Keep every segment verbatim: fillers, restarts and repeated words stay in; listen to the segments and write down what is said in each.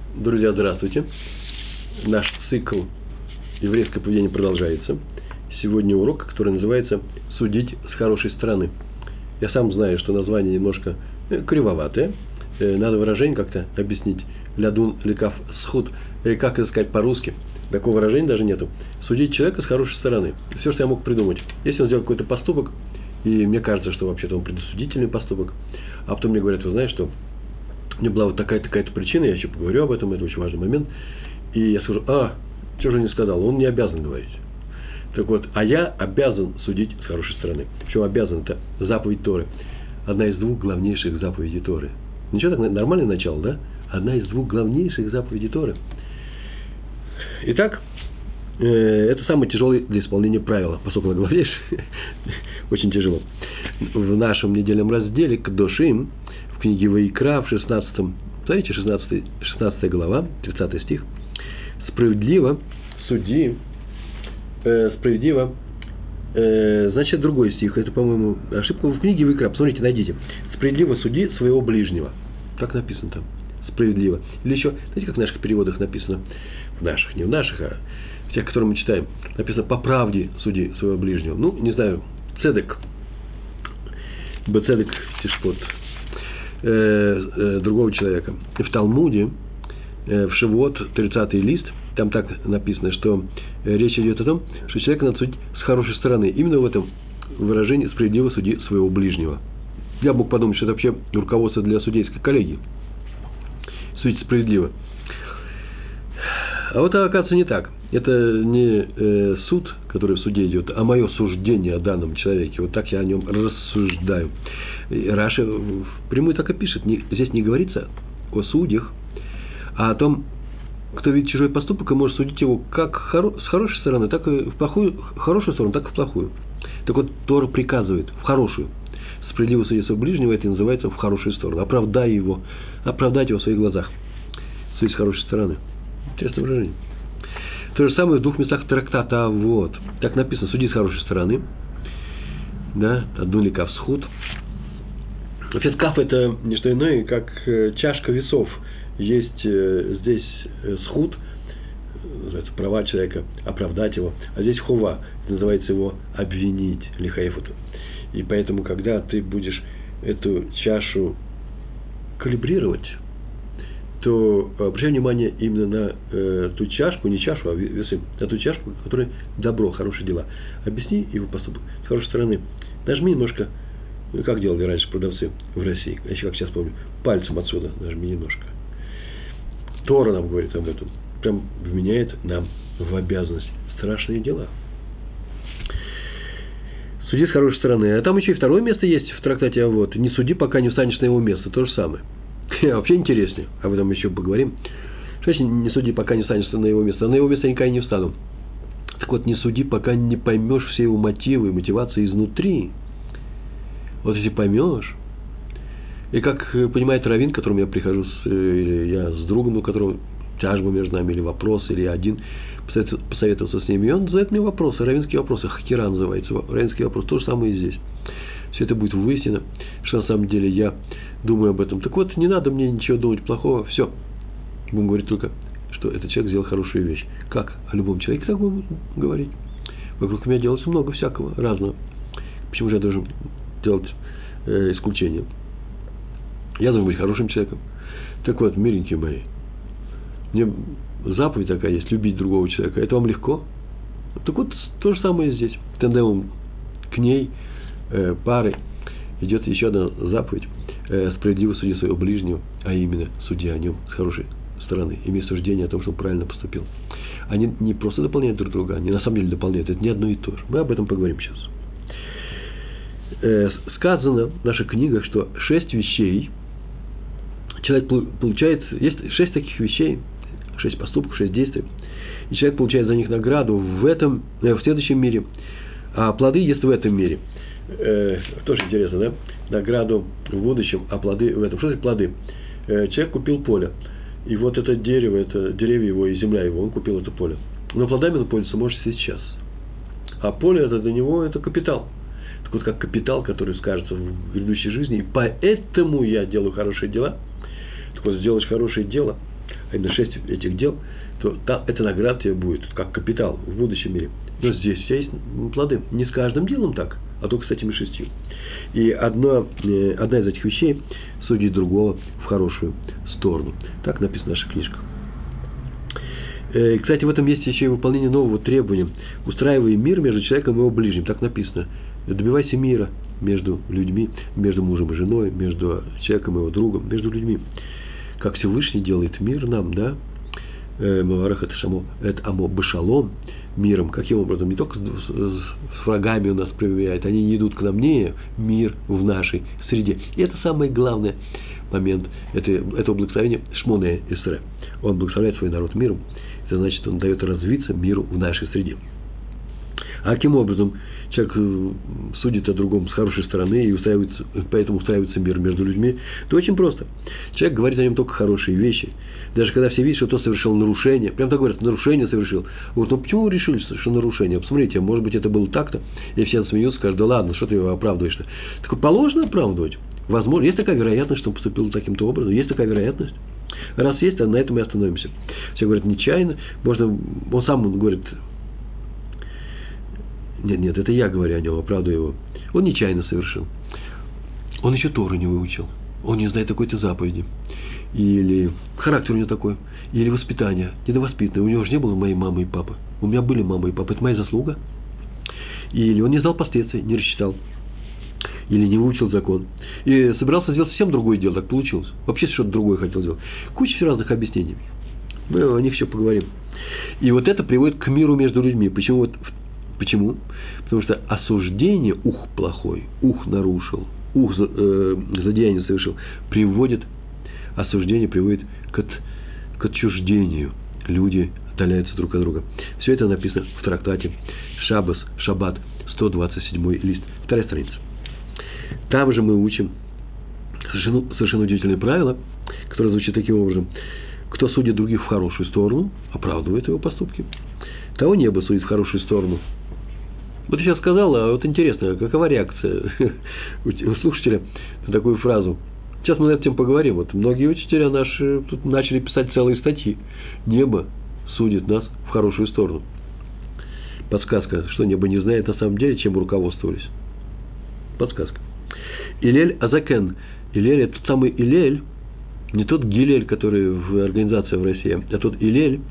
Друзья, здравствуйте. Наш цикл «Еврейское поведение» продолжается. Сегодня урок, который называется «Судить с хорошей стороны». Я сам знаю, что название немножко кривоватое. Надо выражение как-то объяснить. «Лядун лекав схуд». Как это сказать по-русски? Такого выражения даже нету. Судить человека с хорошей стороны. Все, что я мог придумать. Если он сделал какой-то поступок, и мне кажется, что вообще-то он предосудительный поступок, а потом мне говорят, вы знаете, что у меня была вот такая-то, такая-то причина, я еще поговорю об этом, это очень важный момент. И я скажу, а, что же не сказал, он не обязан говорить. Так вот, а я обязан судить с хорошей стороны. Причем обязан, это заповедь Торы. Одна из двух главнейших заповедей Торы. Ничего, так нормальное начало, да? Одна из двух главнейших заповедей Торы. Итак, э, это самое тяжелое для исполнения правила, поскольку она главнейшая, очень тяжело. В нашем недельном разделе «Кдошим» в книге Ваикра в шестнадцатом, смотрите, шестнадцатая глава, тридцатый стих, справедливо суди, э, справедливо, э, значит, другой стих, это, по-моему, ошибка в книге Ваикра, посмотрите, найдите, справедливо суди своего ближнего, как написано там, справедливо, или еще, знаете, как в наших переводах написано, в наших, не в наших, а в тех, которые мы читаем, написано по правде суди своего ближнего, ну, не знаю, цедек, бецедек тишпот, другого человека. В Талмуде, в Шивот, тридцатый лист, там так написано, что речь идет о том, что человека надо судить с хорошей стороны. Именно в этом выражении справедливо суди своего ближнего. Я мог подумать, что это вообще руководство для судейской коллегии. Судить справедливо. А вот, оказывается, не так. Это не э, суд, который в суде идет, а мое суждение о данном человеке. Вот так я о нем рассуждаю. И Раши впрямую так и пишет. Не, здесь не говорится о судьях, а о том, кто видит чужой поступок и может судить его как хоро- с хорошей стороны, так и в плохую, в хорошую сторону, так и в плохую. Так вот, Тора приказывает в хорошую. Справедливо судить своего ближнего, это называется в хорошую сторону. Оправдай его, оправдать его в своих глазах. Судить с хорошей стороны. Интересное выражение. То же самое в двух местах трактата. Вот. Так написано, суди с хорошей стороны. Да, Лядун лекав схуд. Вообще, каф это не что иное, как чашка весов. Есть здесь схуд, называется права человека, оправдать его. А здесь хува, это называется его обвинить, лихаефуту. И поэтому, когда ты будешь эту чашу калибрировать, то обращай внимание именно на э, ту чашку, не чашу, а весы, на ту чашку, в которой добро, хорошие дела. Объясни его поступок с хорошей стороны. Нажми немножко, ну, как делали раньше продавцы в России, я еще как сейчас помню, пальцем отсюда нажми немножко. Тора нам говорит об этом, прям вменяет нам в обязанность страшные дела. Суди с хорошей стороны. А там еще и второе место есть в трактате, а вот не суди, пока не встанешь на его место, то же самое. Вообще интереснее, об этом еще поговорим. Что значит не суди, пока не встанешь на его место? А на его место я никогда не встану. Так вот, не суди, пока не поймешь все его мотивы, мотивации изнутри. Вот если поймешь, и как понимает раввин, к которому я прихожу, с, или я с другом, у которого тяжба между нами, или вопрос, или я один, посоветовался с ним, и он задает мне вопросы, раввинские вопросы, хакира называется, раввинский вопрос, то же самое и здесь. Все это будет выяснено, что на самом деле я думаю об этом. Так вот, не надо мне ничего думать плохого, все. Будем говорить только, что этот человек сделал хорошую вещь. Как? О любом человеке так будем говорить. Вокруг меня делается много всякого, разного. Почему же я должен делать э, исключение? Я должен быть хорошим человеком. Так вот, миленькие мои, мне заповедь такая есть, любить другого человека. Это вам легко? Так вот, то же самое здесь. Тандемом к ней, э, парой, идет еще одна заповедь. Э, справедливо суди своего ближнего, а именно суди о нем с хорошей стороны. Имей суждение о том, что он правильно поступил. Они не просто дополняют друг друга, они на самом деле дополняют. Это не одно и то же. Мы об этом поговорим сейчас. Э, сказано в наших книгах, что шесть вещей человек получает, есть шесть таких вещей, шесть поступков, шесть действий, и человек получает за них награду в этом, в следующем мире, а плоды есть в этом мире. Э, тоже интересно, да? Награду в будущем, а плоды в этом. Что значит плоды? Э, человек купил поле, и вот это дерево, это деревья его и земля его, он купил это поле. Но плодами он пользуется может сейчас. А поле это для него это капитал. Так вот, как капитал, который скажется в грядущей жизни, и поэтому я делаю хорошие дела. Так вот, сделаешь хорошее дело, а именно шесть этих дел, то там эта награда тебе будет как капитал в будущем мире. Но здесь все есть плоды. Не с каждым делом так, а только с этими шестью. И одно, одна из этих вещей судит другого в хорошую сторону. Так написано в наших книжках. Кстати, в этом есть еще и выполнение нового требования. Устраивай мир между человеком и его ближним. Так написано. Добивайся мира между людьми, между мужем и женой, между человеком и его другом, между людьми. Как Всевышний делает мир нам, да? Маварах это шамо, это амо башалом, миром. Каким образом? Не только с, с врагами у нас проявляет, они не идут к нам, не мир в нашей среде. И это самый главный момент это, этого благословения Шмоне Эсре. Он благословляет свой народ миром. Это значит, он дает развиться миру в нашей среде. А каким образом человек судит о другом с хорошей стороны и устраивается, поэтому устраивается мир между людьми? Это очень просто. Человек говорит о нем только хорошие вещи. Даже когда все видят, что тот совершил нарушение, прям так говорят, нарушение совершил. Говорят, ну почему вы решили, что нарушение? Посмотрите, может быть, это было так-то. И все смеются, скажут, да ладно, что ты его оправдываешь-то? Так положено оправдывать. Возможно, есть такая вероятность, что он поступил таким-то образом. Есть такая вероятность. Раз есть, то на этом и остановимся. Все говорят, нечаянно. Можно, он сам говорит, нет, нет, это я говорю о нем, оправдываю его. Он нечаянно совершил. Он еще Тору не выучил. Он не знает такой-то заповеди. Или характер у него такой. Или воспитание. Недовоспитанное. У него же не было моей мамы и папы. У меня были мама и папа. Это моя заслуга. Или он не знал последствий, не рассчитал. Или не выучил закон. И собирался сделать совсем другое дело. Так получилось. Вообще что-то другое хотел сделать. Куча разных объяснений. Мы о них еще поговорим. И вот это приводит к миру между людьми. Почему? Вот, почему? Потому что осуждение, ух, плохой, ух, нарушил, ух, э, злодеяние совершил, приводит, осуждение приводит к, от, к отчуждению. Люди отдаляются друг от друга. Все это написано в трактате Шаббас, Шаббат, сто двадцать седьмой лист, вторая страница. Там же мы учим совершенно, совершенно удивительное правило, которое звучит таким образом. Кто судит других в хорошую сторону, оправдывает его поступки. Того небо судит в хорошую сторону. Вот я сейчас сказал, а вот интересно, какова реакция у слушателя на такую фразу? Сейчас мы над этим поговорим. Вот многие учителя наши тут начали писать целые статьи. Небо судит нас в хорошую сторону. Подсказка, что небо не знает на самом деле, чем руководствовались. Подсказка. Илель Азакен. Илель – это тот самый Илель, не тот Гилель, который в организации в России, а тот Илель,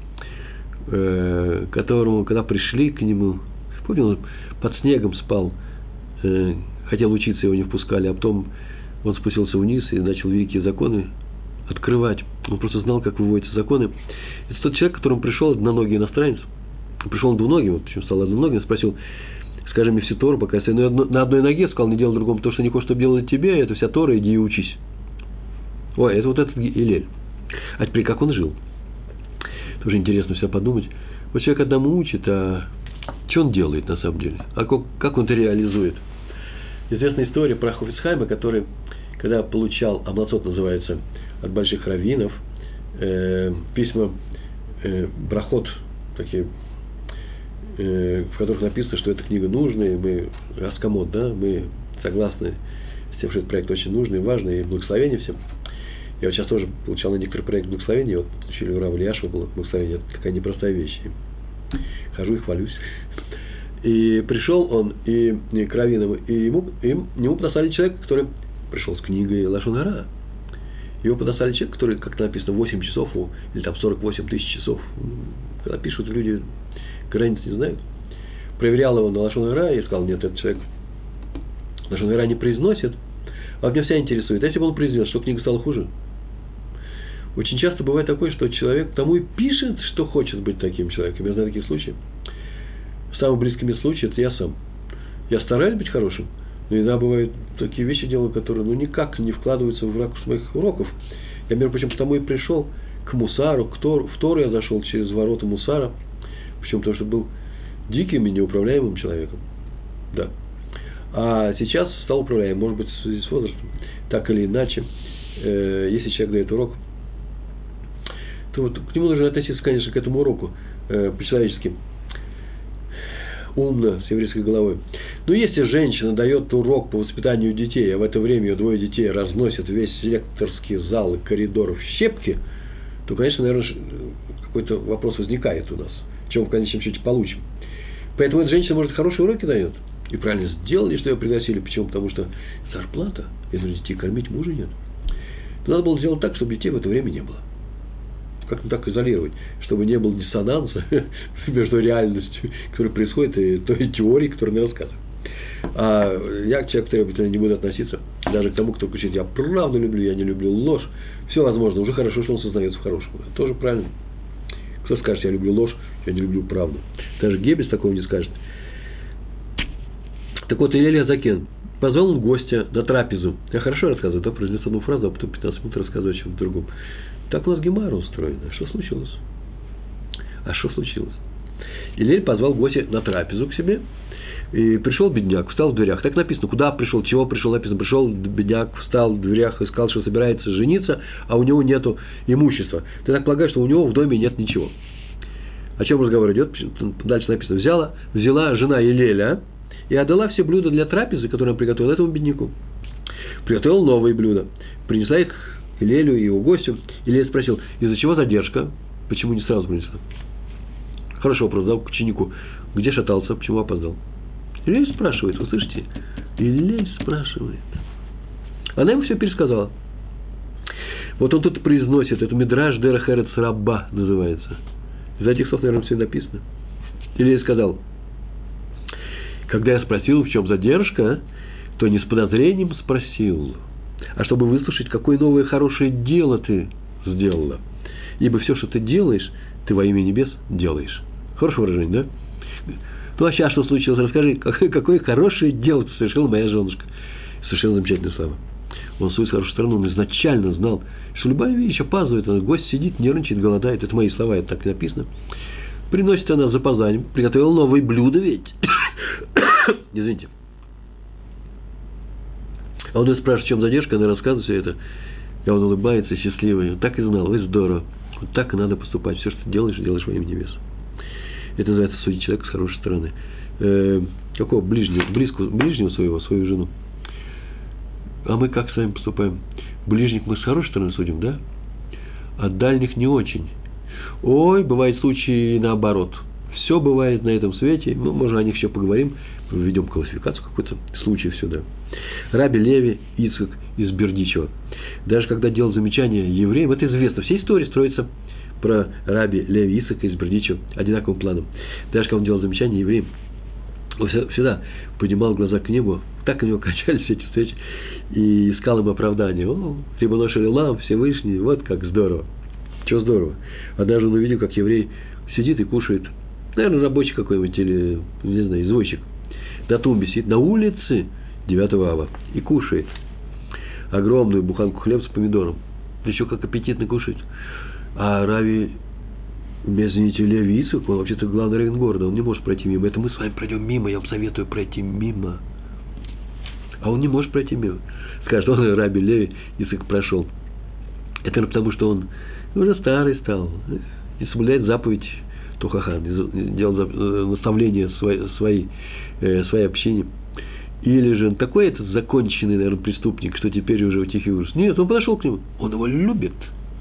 э, которому, когда пришли к нему, помню, он под снегом спал, э, хотел учиться, его не впускали, а потом он спустился вниз и начал великие законы открывать. Он просто знал, как выводятся законы. Это тот человек, к которому пришел одноногий иностранец. Пришел он двуногим, вот почему стал одноногим, спросил, скажи мне всю Тору, пока я стою на одной ноге, сказал, не делай другому то, что не хочешь, чтобы делали тебе, это вся Тора, иди и учись. Ой, это вот этот Илель. А теперь как он жил? Тоже интересно все подумать. Вот человек одному учит, а что он делает на самом деле? А как, как он это реализует? Известная история про Хофицхайма, который, когда получал, амлацот называется, от больших раввинов, э, письма, э, брахот, такие, э, в которых написано, что эта книга нужная, и мы, аскамот, да, мы согласны с тем, что этот проект очень нужный, важный, и благословение всем. Я вот сейчас тоже получал на некоторый проект благословения, вот получили у Рава Ильяшева было благословение, это такая непростая вещь. Хожу и хвалюсь. И пришел он и, и к раввинам, и ему, им, ему подослали человека, который пришел с книгой Лашон ара. Его подослали человек, который, как написано, восемь часов, или там сорок восемь тысяч часов, когда пишут, люди границ не знают. Проверял его на Лашон ара и сказал, нет, этот человек Лашон ара не произносит, а меня вся интересует. А если бы он произнес, что книга стала хуже? Очень часто бывает такое, что человек тому и пишет, что хочет быть таким человеком. Я знаю такие случаи. Самым близкими случаями это я сам. Я стараюсь быть хорошим, но иногда бывают такие вещи делаю, которые ну никак не вкладываются в ракурс моих уроков. Я, между прочим, потому и пришел к мусару, к Тору. В Тору я зашел через ворота мусара. Почему? Потому что был диким и неуправляемым человеком. Да. А сейчас стал управляемым, может быть, в связи с возрастом. Так или иначе, э, если человек дает урок, то вот к нему нужно относиться, конечно, к этому уроку э, по-человечески. Умно, с еврейской головой. Но если женщина дает урок по воспитанию детей, а в это время ее двое детей разносят весь лекторский зал и коридор в щепки, то, конечно, наверное, какой-то вопрос возникает у нас. Чем в конечном счете получим. Поэтому эта женщина, может, хорошие уроки дает. И правильно сделали, что ее пригласили. Почему? Потому что зарплата, и нужно детей кормить, мужа нет. То надо было сделать так, чтобы детей в это время не было. Как-то так изолировать, чтобы не было диссонанса между реальностью, которая происходит, и той теорией, которую мне рассказывают. А я к человеку требовательно не буду относиться, даже к тому, кто кричит: я правду люблю, я не люблю ложь. Все возможно, уже хорошо, что он сознается в хорошем. Это тоже правильно. Кто скажет: я люблю ложь, я не люблю правду. Даже Геббельс такого не скажет. Так вот, Илель Азакен позвал он гостя на трапезу. Я хорошо рассказываю, да, произнес одну фразу, а потом пятнадцать минут рассказываю о чем-то другом. Так у нас Гемара устроена. Что случилось? А что случилось? Илель позвал гостя на трапезу к себе. И пришел бедняк, встал в дверях. Так написано, куда пришел, чего пришел, написано. Пришел бедняк, встал в дверях и сказал, что собирается жениться, а у него нету имущества. Ты так полагаешь, что у него в доме нет ничего. О чем разговор идет? Дальше написано. Взяла, взяла жена Илеля и отдала все блюда для трапезы, которые он приготовил этому бедняку. Приготовил новые блюда. Принесла их Илелю и его гостю. Илель спросил: из-за чего задержка? Почему не сразу принесла? Хороший вопрос, да, к ученику. Где шатался? Почему опоздал? Илель спрашивает, вы слышите? Илель спрашивает. Она ему все пересказала. Вот он тут произносит, это Мидраш Дерех Эрец Раба называется. Из этих слов, наверное, все написано. Илель сказал: когда я спросил, в чем задержка, то не с подозрением спросил, а чтобы выслушать, какое новое хорошее дело ты сделала. Ибо все, что ты делаешь, ты во имя небес делаешь. Хорошее выражение, да? Ну, а сейчас что случилось? Расскажи, какое хорошее дело ты совершила моя женушка. Совершенно замечательная слава. Он в свою хорошую сторону, он изначально знал, что любая вещь опаздывает, гость сидит, нервничает, голодает. Это мои слова, это так и написано. Приносит она с запозданием, приготовила новые блюда ведь. Извините. А он ее спрашивает, в чем задержка, она рассказывает все это. И он улыбается, счастливый. Он так и знал, ой, здорово. Вот так и надо поступать. Все, что ты делаешь, делаешь во имя небес. Это называется судить человека с хорошей стороны. Э, какого? Ближнего, близкого, ближнего своего, свою жену. А мы как с вами поступаем? Ближних мы с хорошей стороны судим, да? А дальних не очень. Ой, бывают случаи наоборот. Все бывает на этом свете. Ну, может, о них еще поговорим. Введем классификацию какой-то случай сюда. Раби Леви Ицхак из Бердичева. Даже когда делал замечания евреям, это известно. Все истории строятся про Раби Леви Ицхака из Бердичева одинаковым планом. Даже когда он делал замечания евреям, он всегда поднимал глаза к небу, так у него качались все эти встречи, и искал им оправдание. О, Рибоно шель олам, Всевышний, вот как здорово. Чего здорово. Однажды он увидел, как еврей сидит и кушает, наверное, рабочий какой-нибудь или, не знаю, извозчик, на тумбе сидит на улице девятого ава и кушает огромную буханку хлеба с помидором. Еще как аппетитно кушает. А Рави, извините, Леви Ицхак, он вообще-то главный раввин города, он не может пройти мимо. Это мы с вами пройдем мимо, я вам советую пройти мимо. А он не может пройти мимо. Скажет, он Раби Леви Ицхак прошел. Это потому, что он уже старый стал, не соблюдает заповедь Тухахан, делал наставления своей, своей, своей общине. Или же он такой этот законченный, наверное, преступник, что теперь уже тихий ужас. Нет, он подошел к нему, он его любит.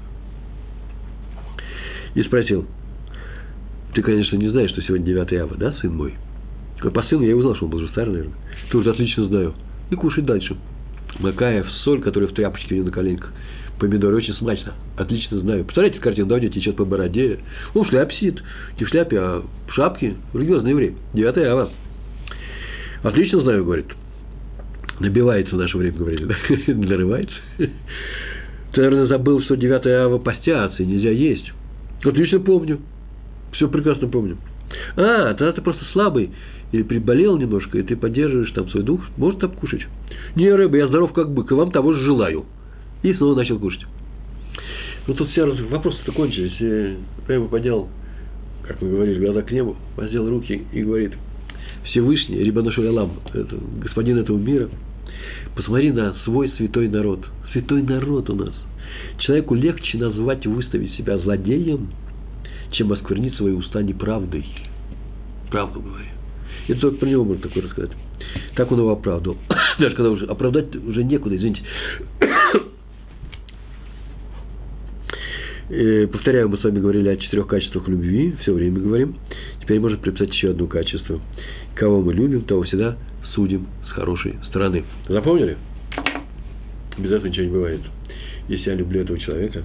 И спросил: ты, конечно, не знаешь, что сегодня девятое ава, да, сын мой? По сыну я и узнал, что он был уже старый, наверное. Ты уже отлично знаю. И кушай дальше. Макая в соль, которая в тряпочке у него на коленках. Помидоры очень смачно. Отлично знаю. Представляете картину, да, у него течет по бороде. Он в шляпе сидит. Не в шляпе, а в шапке. Религиозный еврей. Девятое ава. Отлично знаю, говорит. Набивается в наше время, говорили, да? Нарывается. Ты, наверное, забыл, что девятое ава постятся, и нельзя есть. Отлично помню. Все прекрасно помню. А, тогда ты просто слабый. Или приболел немножко, и ты поддерживаешь там свой дух. Может там кушать? Не, рыба, я здоров как бык, и вам того же желаю. И снова начал кушать. Ну, тут все вопросы-то кончились. Рэба поднял, как мы говорили, глаза к небу, воздел руки и говорит: Всевышний, Рибоно шель олам, господин этого мира, посмотри на свой святой народ. Святой народ у нас. Человеку легче назвать и выставить себя злодеем, чем осквернить свои уста неправдой. Правду говорю. Это только про него можно такое рассказать. Так он его оправдывал. Даже когда уже оправдать уже некуда, извините. Повторяю, мы с вами говорили о четырех качествах любви, все время говорим. Теперь можно приписать еще одно качество. Кого мы любим, того всегда судим с хорошей стороны. Запомнили? Без этого ничего не бывает. Если я люблю этого человека,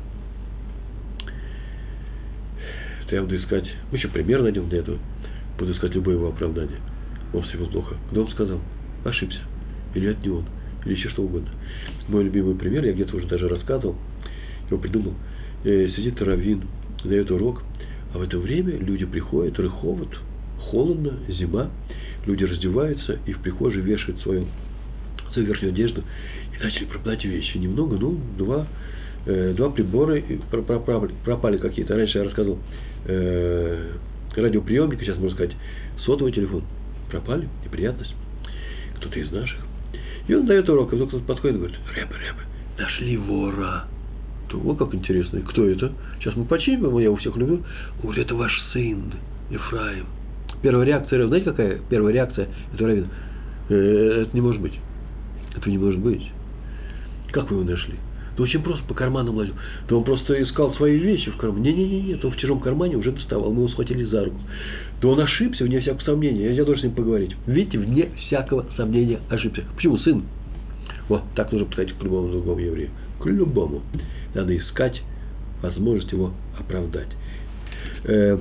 то я буду искать, мы еще пример найдем для этого, буду искать любое его оправдание. Он поступил плохо. Когда он сказал, ошибся. Или это не он. Или еще что угодно. Мой любимый пример, я где-то уже даже рассказывал, его придумал. Сидит раввин, дает урок, а в это время люди приходят, рыховат, холодно, зима, люди раздеваются и в прихожей вешают свою, свою верхнюю одежду и начали пропадать вещи. Немного, ну, два, э, два прибора пропали, пропали какие-то. Раньше я рассказывал э, радиоприемник, сейчас можно сказать сотовый телефон. Пропали, неприятность. Кто-то из наших. И он дает урок, и вдруг кто-то подходит и говорит, Ребе, Ребе, нашли вора. О, как интересно. И кто это? Сейчас мы починим, я у всех люблю. Он говорит, это ваш сын, Ефраим. Первая реакция, знаете, какая первая реакция этого раввина? Это не может быть. Это не может быть. Как вы его нашли? Да очень просто, по карманам лазил. Да он просто искал свои вещи в кармане. Не-не-не, он в чужом кармане уже доставал. Мы его схватили за руку. Да он ошибся, вне всякого сомнения. Я должен с ним поговорить. Видите, вне всякого сомнения ошибся. Почему сын? Вот, так нужно подходить к любому другому еврею. К любому. Надо искать возможность его оправдать. А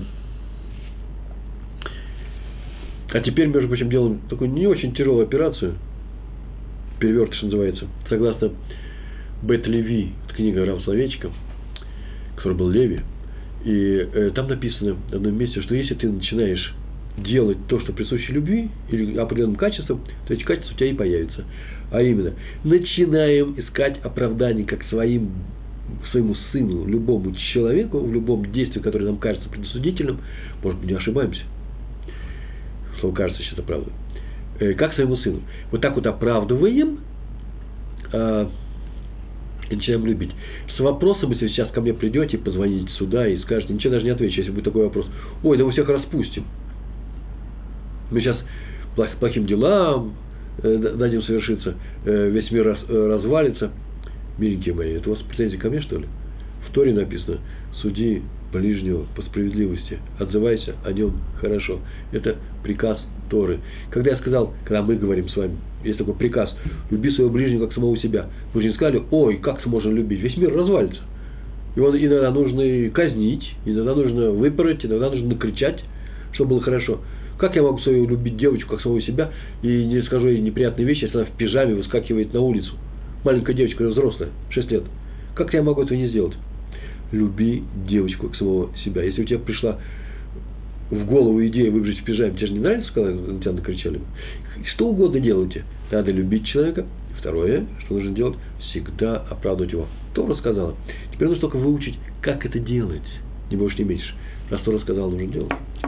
теперь, между прочим, делаем такую не очень тяжелую операцию. Перевертыш называется. Согласно Бет Леви, книга Рав Соловейчика, который был Леви. И э, там написано в одном месте, что если ты начинаешь делать то, что присуще любви или определенным качествам, то эти качества у тебя и появятся. А именно, начинаем искать оправдание как своим, своему сыну, любому человеку, в любом действии, которое нам кажется предосудительным, может быть, не ошибаемся. Слово кажется, сейчас это правда. Э, как своему сыну. Вот так вот оправдываем э, и начинаем любить. С вопросом, если вы сейчас ко мне придете, позвоните сюда и скажете, ничего даже не отвечу, если будет такой вопрос. Ой, да мы всех распустим. Мы сейчас плохим делам э, дадим совершиться, э, весь мир раз, э, развалится. Миленькие мои, это у вас претензии ко мне, что ли? В Торе написано, суди ближнего по справедливости, отзывайся о нем хорошо. Это приказ Торы. Когда я сказал, когда мы говорим с вами, есть такой приказ, люби своего ближнего как самого себя. Вы же не сказали, ой, как можно любить, весь мир развалится. Его иногда нужно казнить, иногда нужно выпороть, иногда нужно накричать, чтобы было хорошо. Как я могу свою любить девочку как самого себя и не скажу ей неприятные вещи, если она в пижаме выскакивает на улицу? Маленькая девочка, взрослая, шесть лет. Как я могу этого не сделать? Люби девочку как самого себя. Если у тебя пришла в голову идея выбежать в пижаме, тебе же не нравится, когда на тебя накричали? Что угодно делайте. Надо любить человека. Второе, что нужно делать, всегда оправдывать его. Тора сказала. Теперь нужно только выучить, как это делать. Не больше, не меньше. Раз Тора сказала, нужно делать.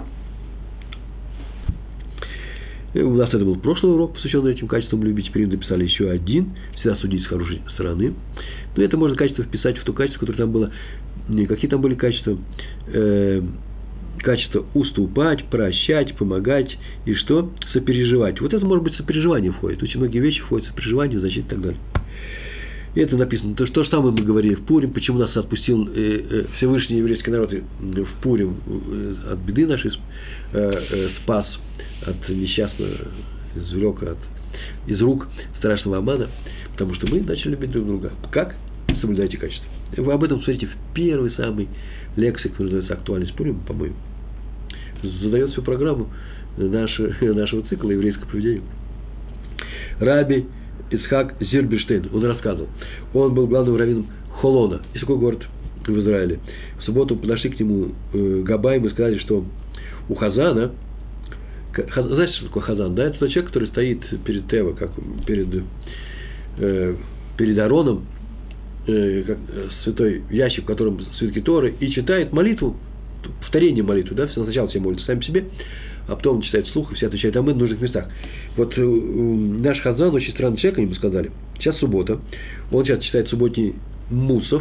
И у нас это был прошлый урок, посвященный этим качествам любить. Теперь мы написали еще один. Всегда судить с хорошей стороны. Но это можно качество вписать в то качество, которое там было. Какие там были качества? Э, качество уступать, прощать, помогать и что? Сопереживать. Вот это, может быть, сопереживание входит. Очень многие вещи входят в сопереживание, защита и так далее. И это написано. То, то же самое мы говорили в Пурим. Почему нас отпустил э, э, Всевышний еврейский народ в Пурим э, от беды нашей, э, э, спас от несчастного, извлек от, из рук страшного обмана. Потому что мы начали любить друг друга. Как? Соблюдайте качество. Вы об этом смотрите в первой самой лекции, которая называется «Актуальность Пурим», по-моему. Задает всю программу нашего, нашего цикла еврейского поведения. Раби Ицхак Зильберштейн, он рассказывал. Он был главным раввином Холона. Есть такой город в Израиле. В субботу подошли к нему э, габаим и сказали, что у Хазана, Хаз, знаете, что такое Хазан? Да, это тот человек, который стоит перед Тева, как перед, э, перед Ароном, э, как, святой ящик, в котором свитки Торы, и читает молитву, повторение молитвы, да, сначала все молятся сами себе, а потом он читает вслух, и все отвечают амин в нужных местах. Вот э, наш Хазан очень странный человек, они бы сказали. Сейчас суббота, он сейчас читает субботний мусов,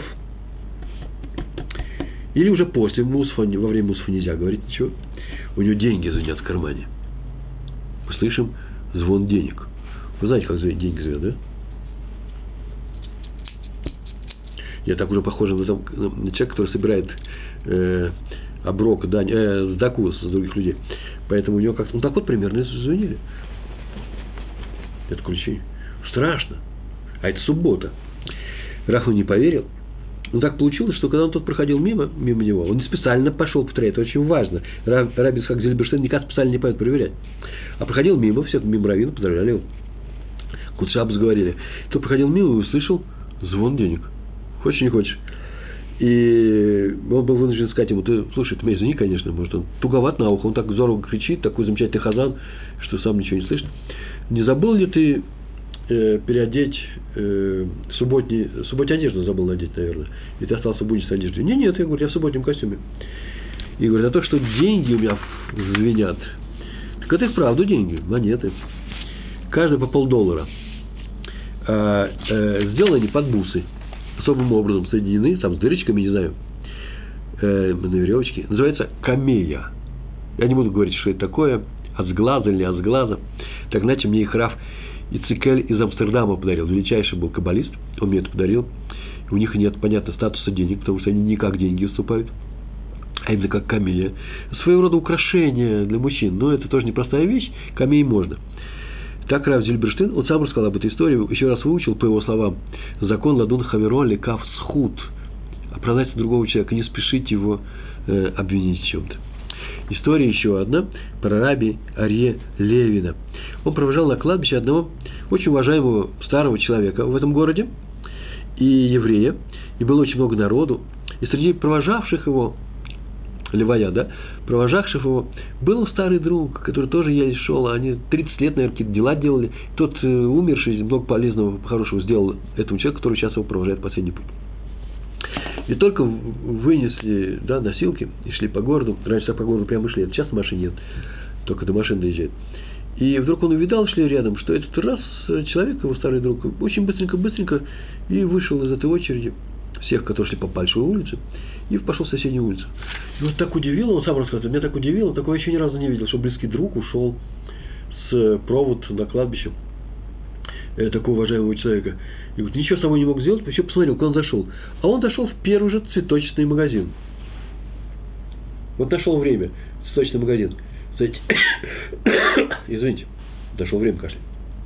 или уже после мусфа, во время мусфа нельзя говорить ничего, у него деньги звенят в кармане. Мы слышим звон денег. Вы знаете, как деньги звенят, да? Я так уже похож на, там, на человека, который собирает э, оброк, дань, э, сдаку с других людей. Поэтому у него как-то, ну так вот примерно звонили. Это ключи. Страшно. А это суббота. Раху не поверил. Но так получилось, что когда он тут проходил мимо, мимо него, он не специально пошел повторять. Это очень важно. Раби Ицхак Зильберштейн никак специально не пойдет проверять. А проходил мимо, все мимо раввина, поздравляли его. Кутшабус говорили. Кто проходил мимо и услышал звон денег. Хочешь, не хочешь. И он был вынужден сказать ему: ты, слушай, ты меня извини, конечно, может, он туговат на ухо, он так здорово кричит, такой замечательный хазан, что сам ничего не слышит. Не забыл ли ты э, переодеть э, субботний, субботнюю одежду забыл надеть, наверное, и ты остался в будничной одежде? Не, нет, я говорю, я в субботнем костюме. И говорит, а то, что деньги у меня звенят, так это и вправду деньги, монеты. Каждый по полдоллара. А, э, сделаны они под бусы. Особым образом соединены, там с дырочками, не знаю, э, на веревочке. Называется камея. Я не буду говорить, что это такое, от сглаза или от сглаза. Так, иначе мне их Раф Ицикель из Амстердама подарил. Величайший был каббалист, он мне это подарил. У них нет, понятно, статуса денег, потому что они не как деньги уступают, а именно как камея. Своего рода украшение для мужчин. Но это тоже непростая вещь, камеи можно. Так Рав Зильберштейн, он сам рассказал об этой истории, еще раз выучил, по его словам, закон ладун хаверо лекав схут. Оправдать другого человека, не спешить его э, обвинить в чем-то. История еще одна про раби Арье Левина. Он провожал на кладбище одного очень уважаемого старого человека в этом городе, и еврея, и было очень много народу. И среди провожавших его, левая, да, провожавших его, был старый друг, который тоже еле шел, они тридцать лет, наверное, какие-то дела делали. Тот э, умерший, много полезного, хорошего сделал этому человеку, который сейчас его провожает в последний путь. И только вынесли, да, носилки и шли по городу. Раньше так по городу прямо шли, сейчас машин нет, только до машин доезжает. И вдруг он увидал, шли рядом, что этот раз человек, его старый друг, очень быстренько-быстренько и вышел из этой очереди всех, которые шли по большой улице, и пошел в соседнюю улицу. И вот так удивило, он сам рассказывает, меня так удивило, такого я еще ни разу не видел, что близкий друг ушел с провод на кладбище э, такого уважаемого человека. И вот ничего с собой не мог сделать, еще посмотрел, куда он зашел. А он зашел в первый же цветочный магазин. Вот нашел время, цветочный магазин. Кстати, извините, дошло время кашля.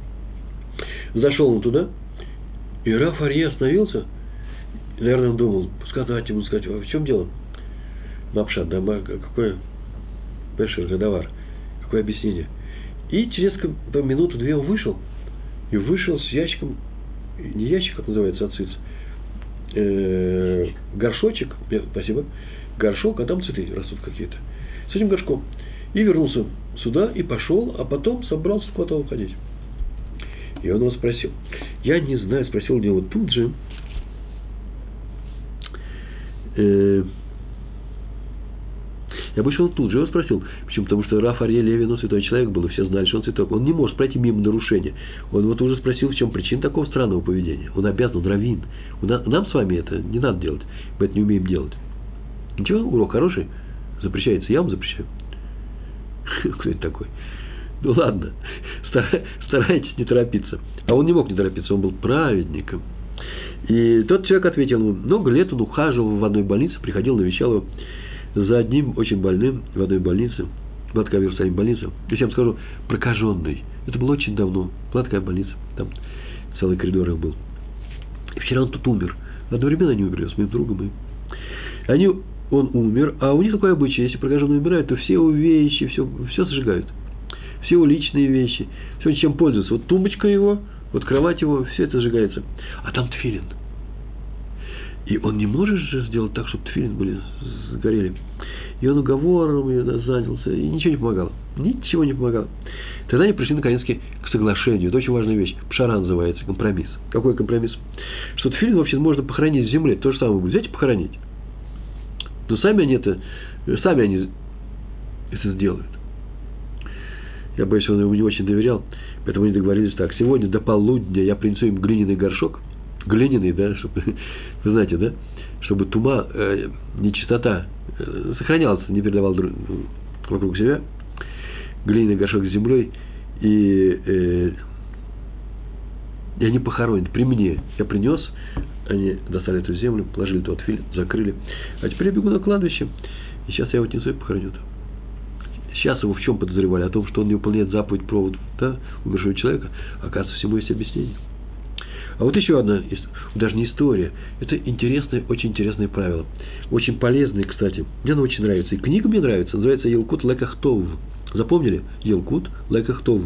Зашел он туда, и Рав Арье остановился. Наверное, он думал, сказать ему, сказать, а в чем дело? Мапшат, да, какое Пешер, Гадавар, какое объяснение. И через минуту-две он вышел, и вышел с ящиком, не ящик, как называется, ациц, э, горшочек, нет, спасибо, горшок, а там цветы растут какие-то. С этим горшком. И вернулся сюда, и пошел, а потом собрался куда-то уходить. И он его спросил. Я не знаю, спросил у него тут же. Э, я бы его тут же его спросил. Почему? Потому что Раф Арье Левин, он святой человек был, и все знали, что он святой. Он не может пройти мимо нарушения. Он вот уже спросил, в чем причина такого странного поведения. Он обязан, он раввин. Нам с вами это не надо делать. Мы это не умеем делать. Ничего, урок хороший. Запрещается. Я вам запрещаю. Кто это такой? Ну ладно, старайтесь не торопиться. А он не мог не торопиться, он был праведником. И тот человек ответил ему, много лет он ухаживал в одной больнице, приходил, навещал его за одним очень больным в одной больнице, была такая в Иерусалиме больница, я всем скажу, прокаженный. Это было очень давно, была такая больница, там целый коридор их был. И вчера он тут умер. Одновременно они умерли с моим другом. И они... Он умер, а у них такое обычай, если прокаженный умирает, то все его вещи, все, все сжигают. Все его личные вещи, все, чем пользуются. Вот тумбочка его, вот кровать его, все это сжигается. А там тфилин. И он не может же сделать так, чтобы тфилин были, сгорели. И он уговором занялся, и ничего не помогало. Ничего не помогало. Тогда они пришли, наконец-таки, к соглашению. Это очень важная вещь. Пшара называется, компромисс. Какой компромисс? Что тфилин вообще можно похоронить в земле. То же самое будет. Взять и похоронить. Но сами они это, сами они это сделают. Я боюсь, что он ему не очень доверял, поэтому они договорились так. Сегодня до полудня я принесу им глиняный горшок, глиняный, да, чтобы, вы знаете, да, чтобы тума, э, нечистота э, сохранялась, не передавал друг, вокруг себя, глиняный горшок с землей, и, э, и они похоронят при мне. Я принес они достали эту землю, положили тот фильм, закрыли. А теперь я бегу на кладбище, и сейчас я его отнесу и похороню. Сейчас его в чем подозревали? О том, что он не выполняет заповедь провода, да, умершего человека. Оказывается, всему есть объяснение. А вот еще одна, даже не история, это интересное, очень интересное правило. Очень полезное, кстати. Мне оно очень нравится. И книга мне нравится, называется «Елкут леках тов». Запомнили? «Елкут леках тов».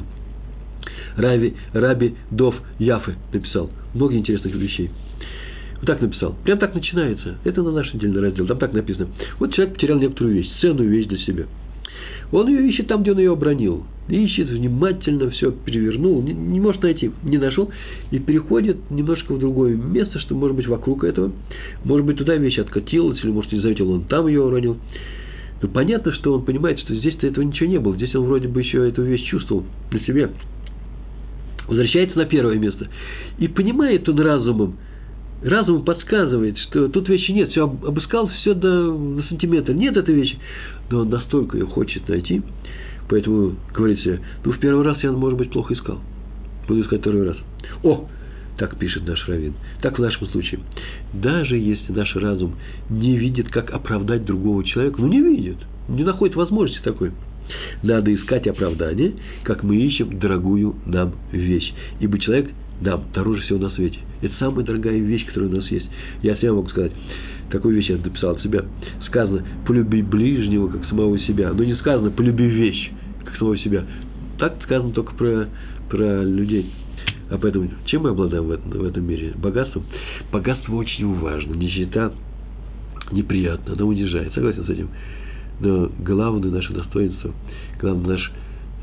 Раби, Раби Дов Яфе написал. Много интересных вещей. Вот так написал. Прям так начинается. Это на наш недельный раздел. Там так написано. Вот человек потерял некоторую вещь, ценную вещь для себя. Он ее ищет там, где он ее обронил. Ищет, внимательно все перевернул. Не, не может найти. Не нашел. И переходит немножко в другое место, что может быть вокруг этого. Может быть, туда вещь откатилась, или, может, не заметил, он там ее уронил. Но понятно, что он понимает, что здесь-то этого ничего не было. Здесь он вроде бы еще эту вещь чувствовал на себе. Возвращается на первое место. И понимает он разумом, разум подсказывает, что тут вещи нет. Все обыскал, все до, до сантиметра. Нет этой вещи. Но он настолько ее хочет найти. Поэтому говорит себе, ну, в первый раз я, может быть, плохо искал. Буду искать второй раз. О! Так пишет наш раввин. Так в нашем случае. Даже если наш разум не видит, как оправдать другого человека, ну, не видит. Не находит возможности такой. Надо искать оправдание, как мы ищем дорогую нам вещь. Ибо человек нам дороже всего на свете. Это самая дорогая вещь, которая у нас есть. Я всем могу сказать, такую вещь я написал от себя. Сказано, полюби ближнего, как самого себя. Но не сказано, полюби вещь, как самого себя. Так сказано только про, про людей. А поэтому, чем мы обладаем в этом, в этом мире? Богатством? Богатство очень важно. Нищета неприятна, она унижает. Согласен с этим? Но главное наше достоинство, главное наш,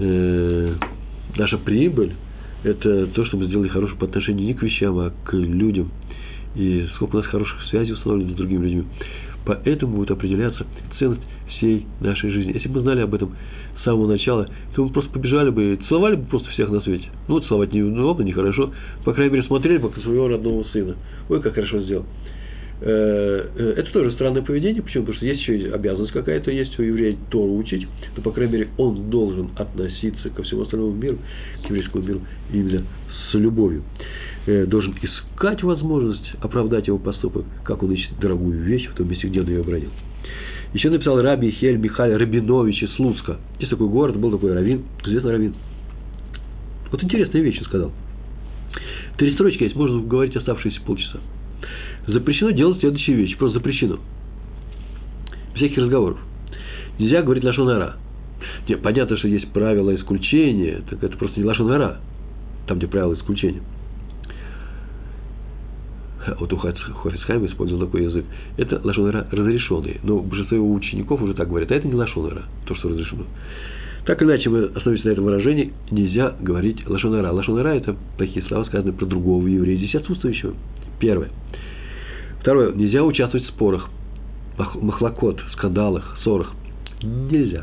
э, наша прибыль, это то, что мы сделали хорошее по отношению не к вещам, а к людям. И сколько у нас хороших связей установлено с другими людьми. Поэтому будет определяться ценность всей нашей жизни. Если бы мы знали об этом с самого начала, то мы просто побежали бы и целовали бы просто всех на свете. Ну, вот целовать неудобно, нехорошо. По крайней мере, смотрели бы как своего родного сына. Ой, как хорошо сделал. Это тоже странное поведение. Почему? Потому что есть еще обязанность какая-то, есть у еврея Тору учить, но, по крайней мере, он должен относиться ко всему остальному миру, к еврейскому миру, именно с любовью. Должен искать возможность оправдать его поступок, как он ищет дорогую вещь в том месте, где он ее обронил. Еще написал Раби Хель Михаил Рабинович из Слуцка. Есть такой город, был такой раввин, известный раввин. Вот интересные вещи сказал. Три строчки есть, можно говорить оставшиеся полчаса. Запрещено делать следующие вещи. Просто запрещено. Без всяких разговоров. Нельзя говорить лашон ара. Нет, понятно, что есть правила исключения. Так это просто не лашон ара. Там, где правила исключения. Вот у Хафец Хаим использовал такой язык. Это лашон ара разрешенный. Но большинство его учеников уже так говорят. А это не лашон ара. То, что разрешено. Так или иначе, мы остановимся на этом выражении. Нельзя говорить лашон ара. Лашон ара – это такие слова, сказанные про другого еврея, здесь отсутствующего. Первое. Второе. Нельзя участвовать в спорах, махлокот, скандалах, ссорах. Нельзя.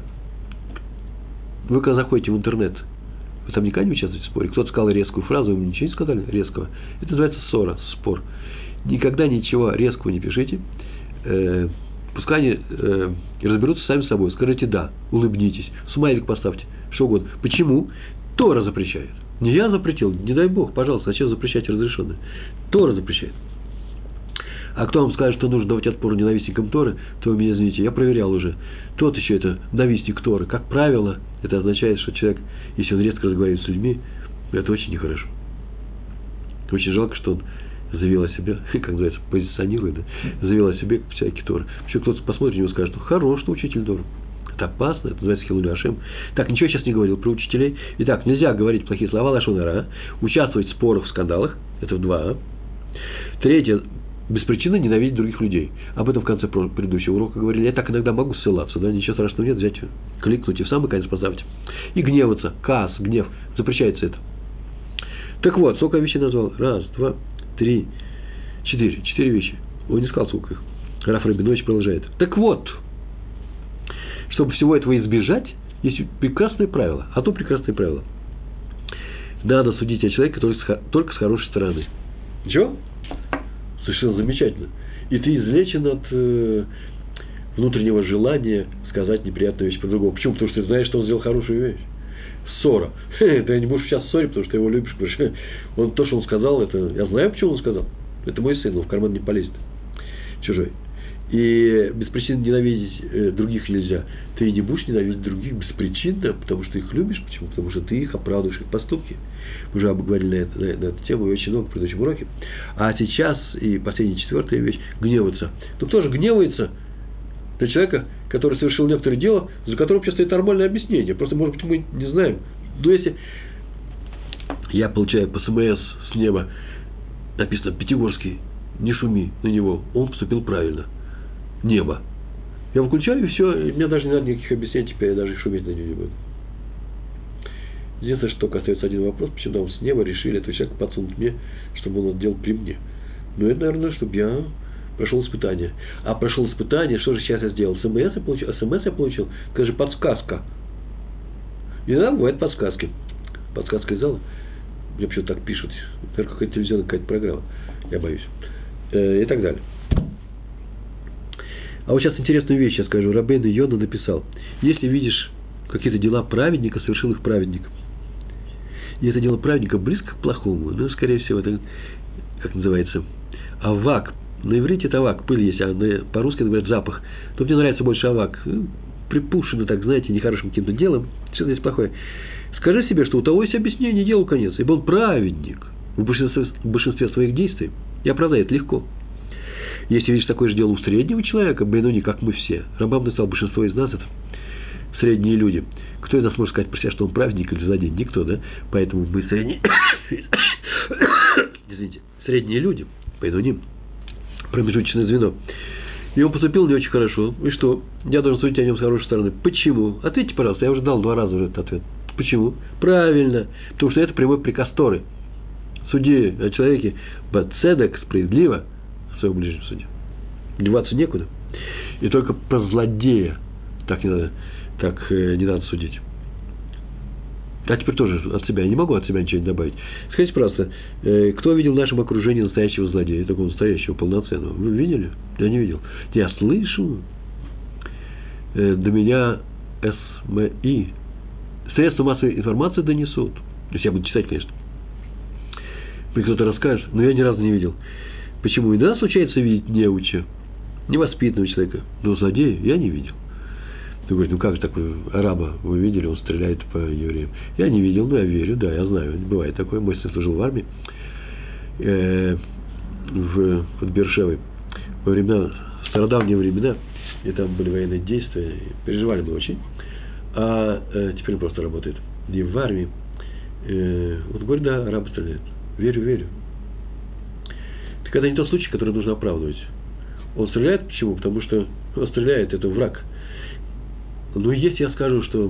Вы когда заходите в интернет, вы там никогда не участвуете в споре. Кто-то сказал резкую фразу, вы ничего не сказали резкого. Это называется ссора, спор. Никогда ничего резкого не пишите. Э, пускай они э, разберутся сами с собой. Скажите «да», улыбнитесь, смайлик поставьте, что угодно. Почему? Тора запрещает. Не я запретил, не дай Бог, пожалуйста, зачем запрещать разрешенное? Тора запрещает. А кто вам скажет, что нужно давать отпор ненавистникам Торы, то вы меня извините, я проверял уже. Тот еще это ненавистник Торы. Как правило, это означает, что человек, если он резко разговаривает с людьми, это очень нехорошо. Очень жалко, что он заявил о себе, как называется, позиционирует, да? Заявил о себе, как всякий Торы. Еще кто-то посмотрит на него и скажет, ну, хорош, что учитель Торы. Это опасно, это называется хилули ашем. Так, ничего я сейчас не говорил про учителей. Итак, нельзя говорить плохие слова, лашон ара, участвовать в спорах, в скандалах, это в два. Третье. Без причины ненавидеть других людей. Об этом в конце предыдущего урока говорили. Я так иногда могу ссылаться, да, ничего страшного нет, взять, кликнуть и в самый конец поставить. И гневаться, каас, гнев, запрещается это. Так вот, сколько вещей назвал? Раз, два, три, четыре. Четыре вещи. Он не сказал, сколько их. Раф Рабинович продолжает. Так вот, чтобы всего этого избежать, есть прекрасное правило. А то прекрасное правило. Надо судить о человеке только с хорошей стороны. Чего? Совершенно замечательно. И ты излечен от э, внутреннего желания сказать неприятную вещь про другого. Почему? Потому что ты знаешь, что он сделал хорошую вещь. Ссора. Ты не будешь сейчас ссорить, потому что ты его любишь. Потому что он, то, что он сказал, это... Я знаю, почему он сказал. Это мой сын, он в карман не полезет. Чужой. И без причин ненавидеть э, других нельзя. Ты не будешь ненавидеть других беспричинно, потому что их любишь. Почему? Потому что ты их оправдываешь, их поступки. Мы уже обговорили на, это, на, на эту тему и очень много в предыдущем уроке. А сейчас, и последняя, четвертая вещь, гневаться. Ну кто же гневается на человека, который совершил некоторое дело, за которым сейчас стоит нормальное объяснение. Просто, может быть, мы не знаем. Но если я получаю по СМС с неба, написано «Пятигорский, не шуми на него, он поступил правильно». Небо. Я выключаю, и все, и мне даже не надо никаких объяснений, теперь я даже шуметь на него не буду. Единственное, что только остается один вопрос, почему там с неба решили этого человека подсунуть мне, чтобы он это делал при мне. Ну, это, наверное, чтобы я прошел испытание. А прошел испытание, что же сейчас я сделал? СМС я получил, СМС я получил, это же подсказка. Иногда бывают подсказки. Подсказка из зала. Мне почему-то так пишут. Наверное, какая-то телевизионная какая-то программа. Я боюсь. И так далее. А вот сейчас интересную вещь я скажу. Рабейну Йона написал. Если видишь какие-то дела праведника, совершил их праведник. И это дело праведника близко к плохому. Ну, скорее всего, это, как называется, авак. На иврите это авак, пыль есть, а на, по-русски это говорят запах. То мне нравится больше авак. Припушено, так, знаете, нехорошим каким-то делом. Что-то здесь плохое. Скажи себе, что у того есть объяснение, делу конец. Ибо он праведник в большинстве, в большинстве своих действий. И оправдает легко. Если видишь такое же дело у среднего человека, бейнуни, как мы все. Рамбам написал, большинство из нас это средние люди. Кто из нас может сказать про себя, что он праведник или злодей? Никто, да? Поэтому мы средние, извините, средние люди, бейнуни, промежуточное звено. И он поступил не очень хорошо. И что? Я должен судить о нем с хорошей стороны. Почему? Ответьте, пожалуйста. Я уже дал два раза этот ответ. Почему? Правильно. Потому что это прямой приказ Торы. Суди о человеке бацедек, справедливо, в своем ближнем суде. Деваться некуда. И только про злодея так не надо, так э, не надо судить. А теперь тоже от себя. Я не могу от себя ничего не добавить. Скажите, пожалуйста, э, кто видел в нашем окружении настоящего злодея, такого настоящего, полноценного? Вы видели? Я не видел. Я слышу. Э, до меня СМИ. Средства массовой информации донесут. То есть я буду читать, конечно. Мне кто-то расскажет, но я ни разу не видел. Почему? Иногда случается видеть неуча, невоспитанного человека, но злодея я не видел. Ты говоришь, ну как же такой араба вы видели, он стреляет по евреям. Я не видел, но я верю, да, я знаю, бывает такое. Мой сын служил в армии, э, в, под Бершевой, во времена, в стародавние времена, и там были военные действия, переживали мы очень, а э, теперь он просто работает не в армии. Э, вот говорит, да, арабы стреляют. Верю, верю. Так это не тот случай, который нужно оправдывать. Он стреляет, почему? Потому что он стреляет, это враг. Но если я скажу, что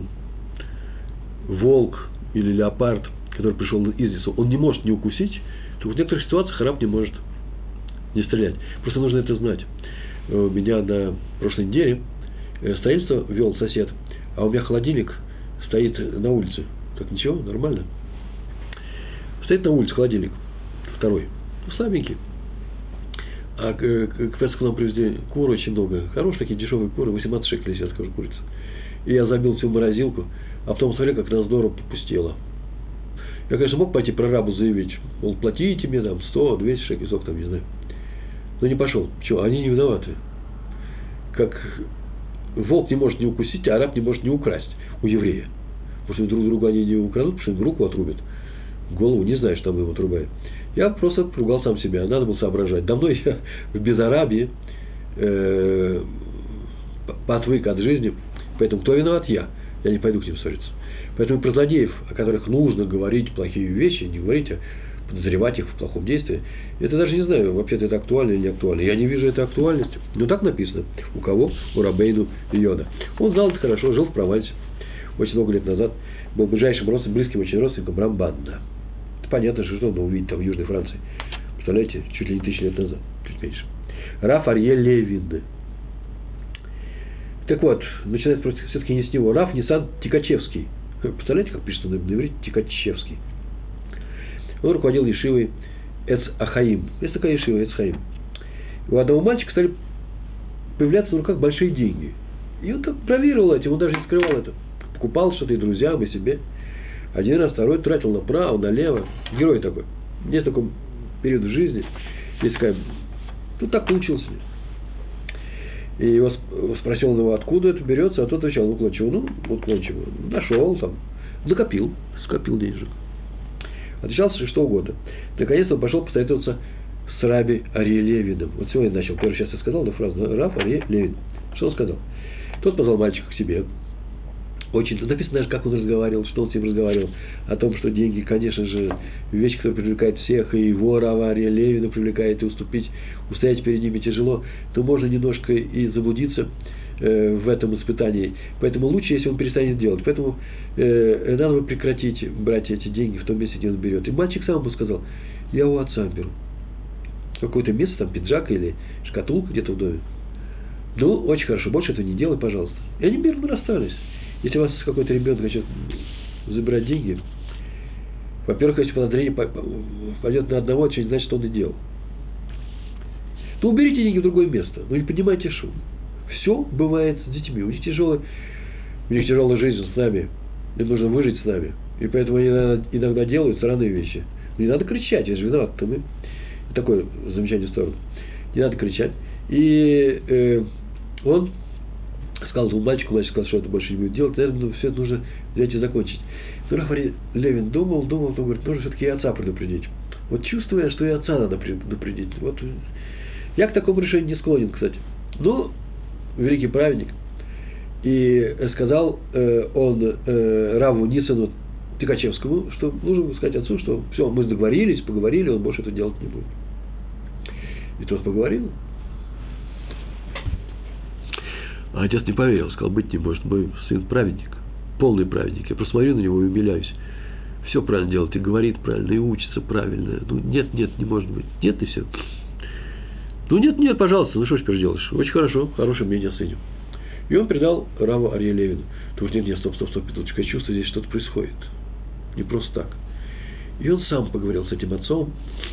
волк или леопард, который пришел из лесу, он не может не укусить, то в некоторых ситуациях араб не может не стрелять. Просто нужно это знать. У меня на прошлой неделе строительство вел сосед, а у меня холодильник стоит на улице. Так ничего, нормально. Стоит на улице холодильник, второй, ну, слабенький. А к, к Песху нам привезли куры очень много. Хорошие такие дешевые куры, восемнадцать шекелей, если я скажу, курица. И я забил всю морозилку, а потом смотрел, как она здорово попустела. Я, конечно, мог пойти прорабу заявить, мол, платите мне там сто, двести шекелей, сколько там, не знаю. Но не пошел. Чего? Они не виноваты. Как волк не может не укусить, а араб не может не украсть у еврея. Потому что друг друга они не украдут, потому что им руку отрубят. Голову не знаю, что там его отрубают. Я просто ругал сам себя. Надо было соображать. Давно я в Бессарабии э, отвык от жизни. Поэтому кто виноват? Я. Я не пойду к ним ссориться. Поэтому про злодеев, о которых нужно говорить плохие вещи, не говорить, а подозревать их в плохом действии, это даже не знаю, вообще-то это актуально или не актуально. Я не вижу этой актуальности. Но так написано. У кого? У Рабейну Йона. Он знал это хорошо, жил в Провансе. Очень много лет назад был ближайшим родственником, близким очень родственником Рамбана. Понятно, что он увидит там в Южной Франции. Представляете, чуть ли не тысячу лет назад, чуть меньше. Раф Арье Левин. Так вот, начинается все-таки не с него. Раф Нисан Тикачевский. Представляете, как пишется на иврите? Тикачевский. Он руководил ешивой Эц Ахаим. Есть такая ешива, Эц Ахаим. У одного мальчика стали появляться на руках большие деньги. И он так бравировал этим, он даже не скрывал это. Покупал что-то и друзьям, и себе. Один раз, второй тратил направо, налево. Герой такой. Есть такой период в жизни. Есть такая, ну так получилось. И его спросил он его, откуда это берется, а тот отвечал, ну, уклончиво, ну, уклончиво, нашел там, накопил, скопил денежек. Отвечал что угодно. Наконец он пошел посоветоваться с Раби Арье Левиным. Вот сегодня я начал, первый сейчас я сказал, да, фразу, Рав Арье Левин. Что он сказал? Тот позвал мальчика к себе. Очень, написано даже, как он разговаривал, что он с ним разговаривал. О том, что деньги, конечно же, вещь, которая привлекает всех, и его Рава Арье Левина привлекает, и уступить, устоять перед ними тяжело, то можно немножко и заблудиться э, в этом испытании. Поэтому лучше, если он перестанет делать. Поэтому э, надо бы прекратить брать эти деньги в том месте, где он берет. И мальчик сам ему сказал, я у отца беру. Какое-то место, там пиджак или шкатулка где-то в доме. Ну, очень хорошо, больше этого не делай, пожалуйста. И они мирно расстались. Если у вас какой-то ребенок хочет забирать деньги, во-первых, если подозрение пойдет на одного, это не значит, что он и делал. То уберите деньги в другое место, но не поднимайте шум. Все бывает с детьми. У них тяжелая, у них тяжелая жизнь с нами. Им нужно выжить с нами. И поэтому они иногда делают странные вещи. Не надо кричать, я же виноват, то мы. Такое замечание в сторону. Не надо кричать. И э, он сказал этому мальчику, мальчик сказал, что это больше не будет делать, наверное, все это нужно взять и закончить. Но Рав Арье Левин думал, думал, думал, говорит, нужно все-таки и отца предупредить. Вот чувствуя, что и отца надо предупредить. Вот. Я к такому решению не склонен, кстати. Но великий праведник. И сказал э, он э, Раву Нисану Тыкачевскому, что нужно сказать отцу, что все, мы договорились, поговорили, он больше это делать не будет. И тот поговорил. А отец не поверил, сказал, быть не может, мой сын праведник, полный праведник. Я просто смотрю на него и умиляюсь. Все правильно делает, и говорит правильно, и учится правильно. Ну, нет, нет, не может быть. Нет, и все. Ну, нет, нет, пожалуйста, ну что теперь делаешь? Очень хорошо, хорошее мнение о сыне. И он передал Раву Арье Левину. Ты говоришь, нет, нет, стоп, стоп, стоп, Петрович, я чувствую, здесь что-то происходит. Не просто так. И он сам поговорил с этим отцом.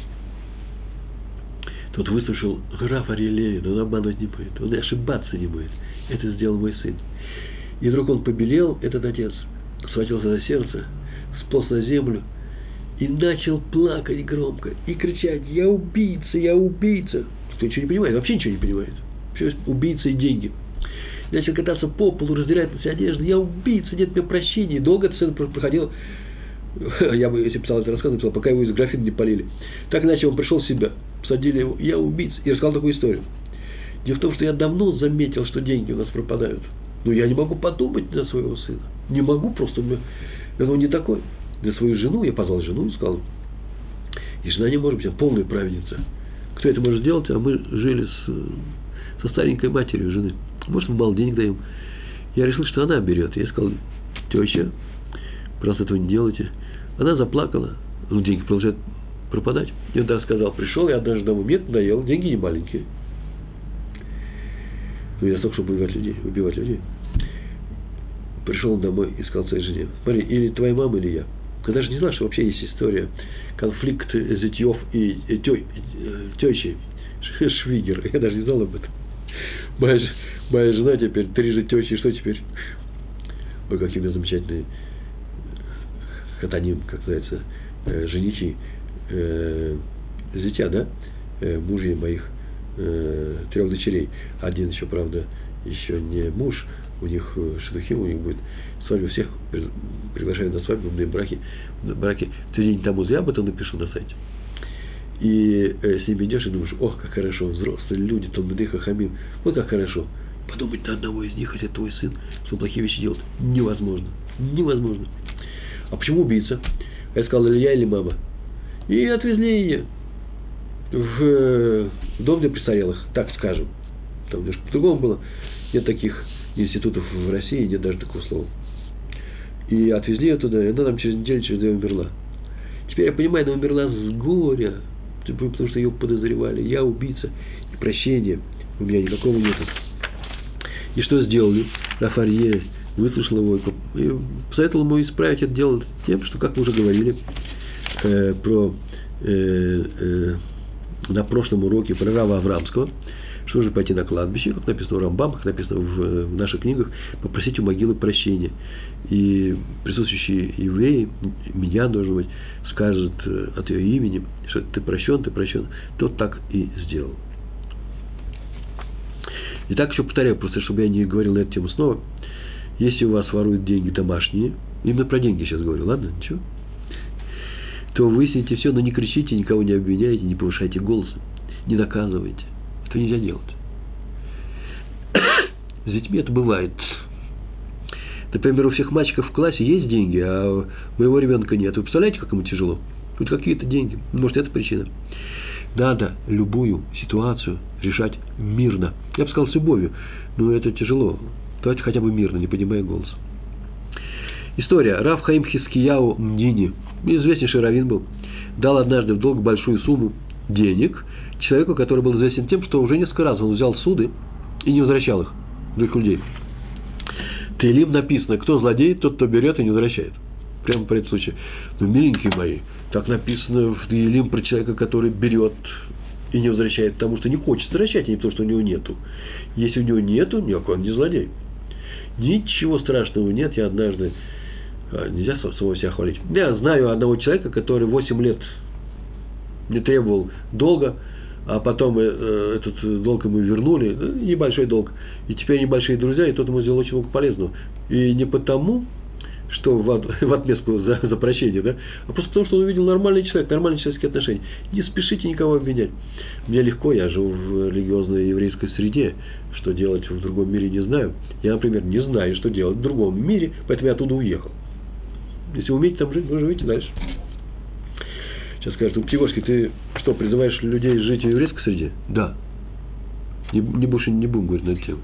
Тот выслушал, Рав Арье Левин, он обманывать не будет, он и ошибаться не будет. Это сделал мой сын. И вдруг он побелел, этот отец, схватился за сердце, сполз на землю и начал плакать громко и кричать, я убийца, я убийца. Кто ничего не понимает, вообще ничего не понимает. Все убийца и деньги. И начал кататься по полу, раздирать на себя одежду, я убийца, нет мне прощения. И долго эта сцена проходила. Я бы, если писал этот рассказ, написал, пока его из графина не полили. Так иначе он пришел в себя, посадили его, я убийца, и рассказал такую историю. Дело в том, что я давно заметил, что деньги у нас пропадают. Но я не могу подумать на своего сына. Не могу просто, он не такой. На свою жену, я позвал жену и сказал, и жена не может быть, она полная праведница. Кто это может сделать? А мы жили с, со старенькой матерью жены. Может, мы мало денег даем. Я решил, что она берет. Я сказал, теща, просто этого не делайте. Она заплакала, ну, деньги продолжают пропадать. И он тогда сказал, пришел я однажды домой, мне надоело, деньги не маленькие. Ну, я столько, чтобы убивать людей, убивать людей. Пришел он домой и сказал своей жене, смотри, или твоя мама, или я. Я даже не знал, что вообще есть история, конфликт зятьев и тещи, швигер. Я даже не знал об этом. Моя, моя жена теперь трижды теща, и что теперь? Ой, какие у меня замечательные хатаним, как называется, э, женихи, э, зятя, да, э, мужья моих э, трех дочерей. Один еще, правда, еще не муж, у них шедухим, у них будет свадьба, всех приглашают на свадебные браки, браки. Три день тому я об этом напишу на сайте. И э, с ними идешь и думаешь, ох, как хорошо, взрослые люди, Талмидей Хахамим, вот как хорошо. Подумать на одного из них, хотя твой сын, что плохие вещи делает, невозможно, невозможно. А почему убийца? Я сказал, или я, или мама. И отвезли ее в дом для престарелых, так скажем. Там немножко по-другому было. Нет таких институтов в России, нет даже такого слова. И отвезли ее туда, и она там через неделю, через две умерла. Теперь я понимаю, она умерла с горя, потому что ее подозревали. Я убийца, и прощения у меня никакого нет. И что сделали? Рав Арье выслушал его и посоветовал ему исправить это дело тем, что, как мы уже говорили э, про, э, э, на прошлом уроке про Рава Аврамского, что же пойти на кладбище, как написано у Рамбама, как написано в, в наших книгах, попросить у могилы прощения. И присутствующие евреи, меня, должен быть, скажут от ее имени, что ты прощен, ты прощен. Тот так и сделал. И так еще повторяю, просто чтобы я не говорил на эту тему снова. Если у вас воруют деньги домашние, именно про деньги сейчас говорю, ладно, ничего, то выясните все, но не кричите, никого не обвиняйте, не повышайте голос, не наказывайте. Это нельзя делать. С детьми это бывает. Например, у всех мальчиков в классе есть деньги, а у моего ребенка нет. Вы представляете, как ему тяжело? Тут какие-то деньги. Может, это причина. Надо любую ситуацию решать мирно. Я бы сказал, с любовью. Но это тяжело. Давайте хотя бы мирно, не поднимая голос. История. Рав Хаим Хискияу Мдини, известнейший раввин был, дал однажды в долг большую сумму денег человеку, который был известен тем, что уже несколько раз он взял суды и не возвращал их, других людей. Теилим написано, кто злодей, тот, кто берет и не возвращает. Прямо по этому случаю. Ну, миленькие мои, так написано в Теилим про человека, который берет и не возвращает, потому что не хочет возвращать, а не потому, что у него нету. Если у него нету, никакой он не злодей. Ничего страшного нет. Я однажды, нельзя самого себя хвалить, я знаю одного человека, который восемь лет не требовал долга, а потом этот долг ему вернули, небольшой долг, и теперь небольшие друзья, и тот ему сделал очень много полезного. И не потому, что в отместку за, за прощение, да, а просто потому, что он увидел нормальный человек, нормальные человеческие отношения. Не спешите никого обвинять. Мне легко, я живу в религиозной еврейской среде, что делать в другом мире не знаю. Я, например, не знаю, что делать в другом мире, поэтому я оттуда уехал. Если умеете там жить, вы живите дальше. Сейчас скажут, ну, Птигорский, ты что, призываешь людей жить в еврейской среде? Да. Не, не больше не будем говорить на эту тему.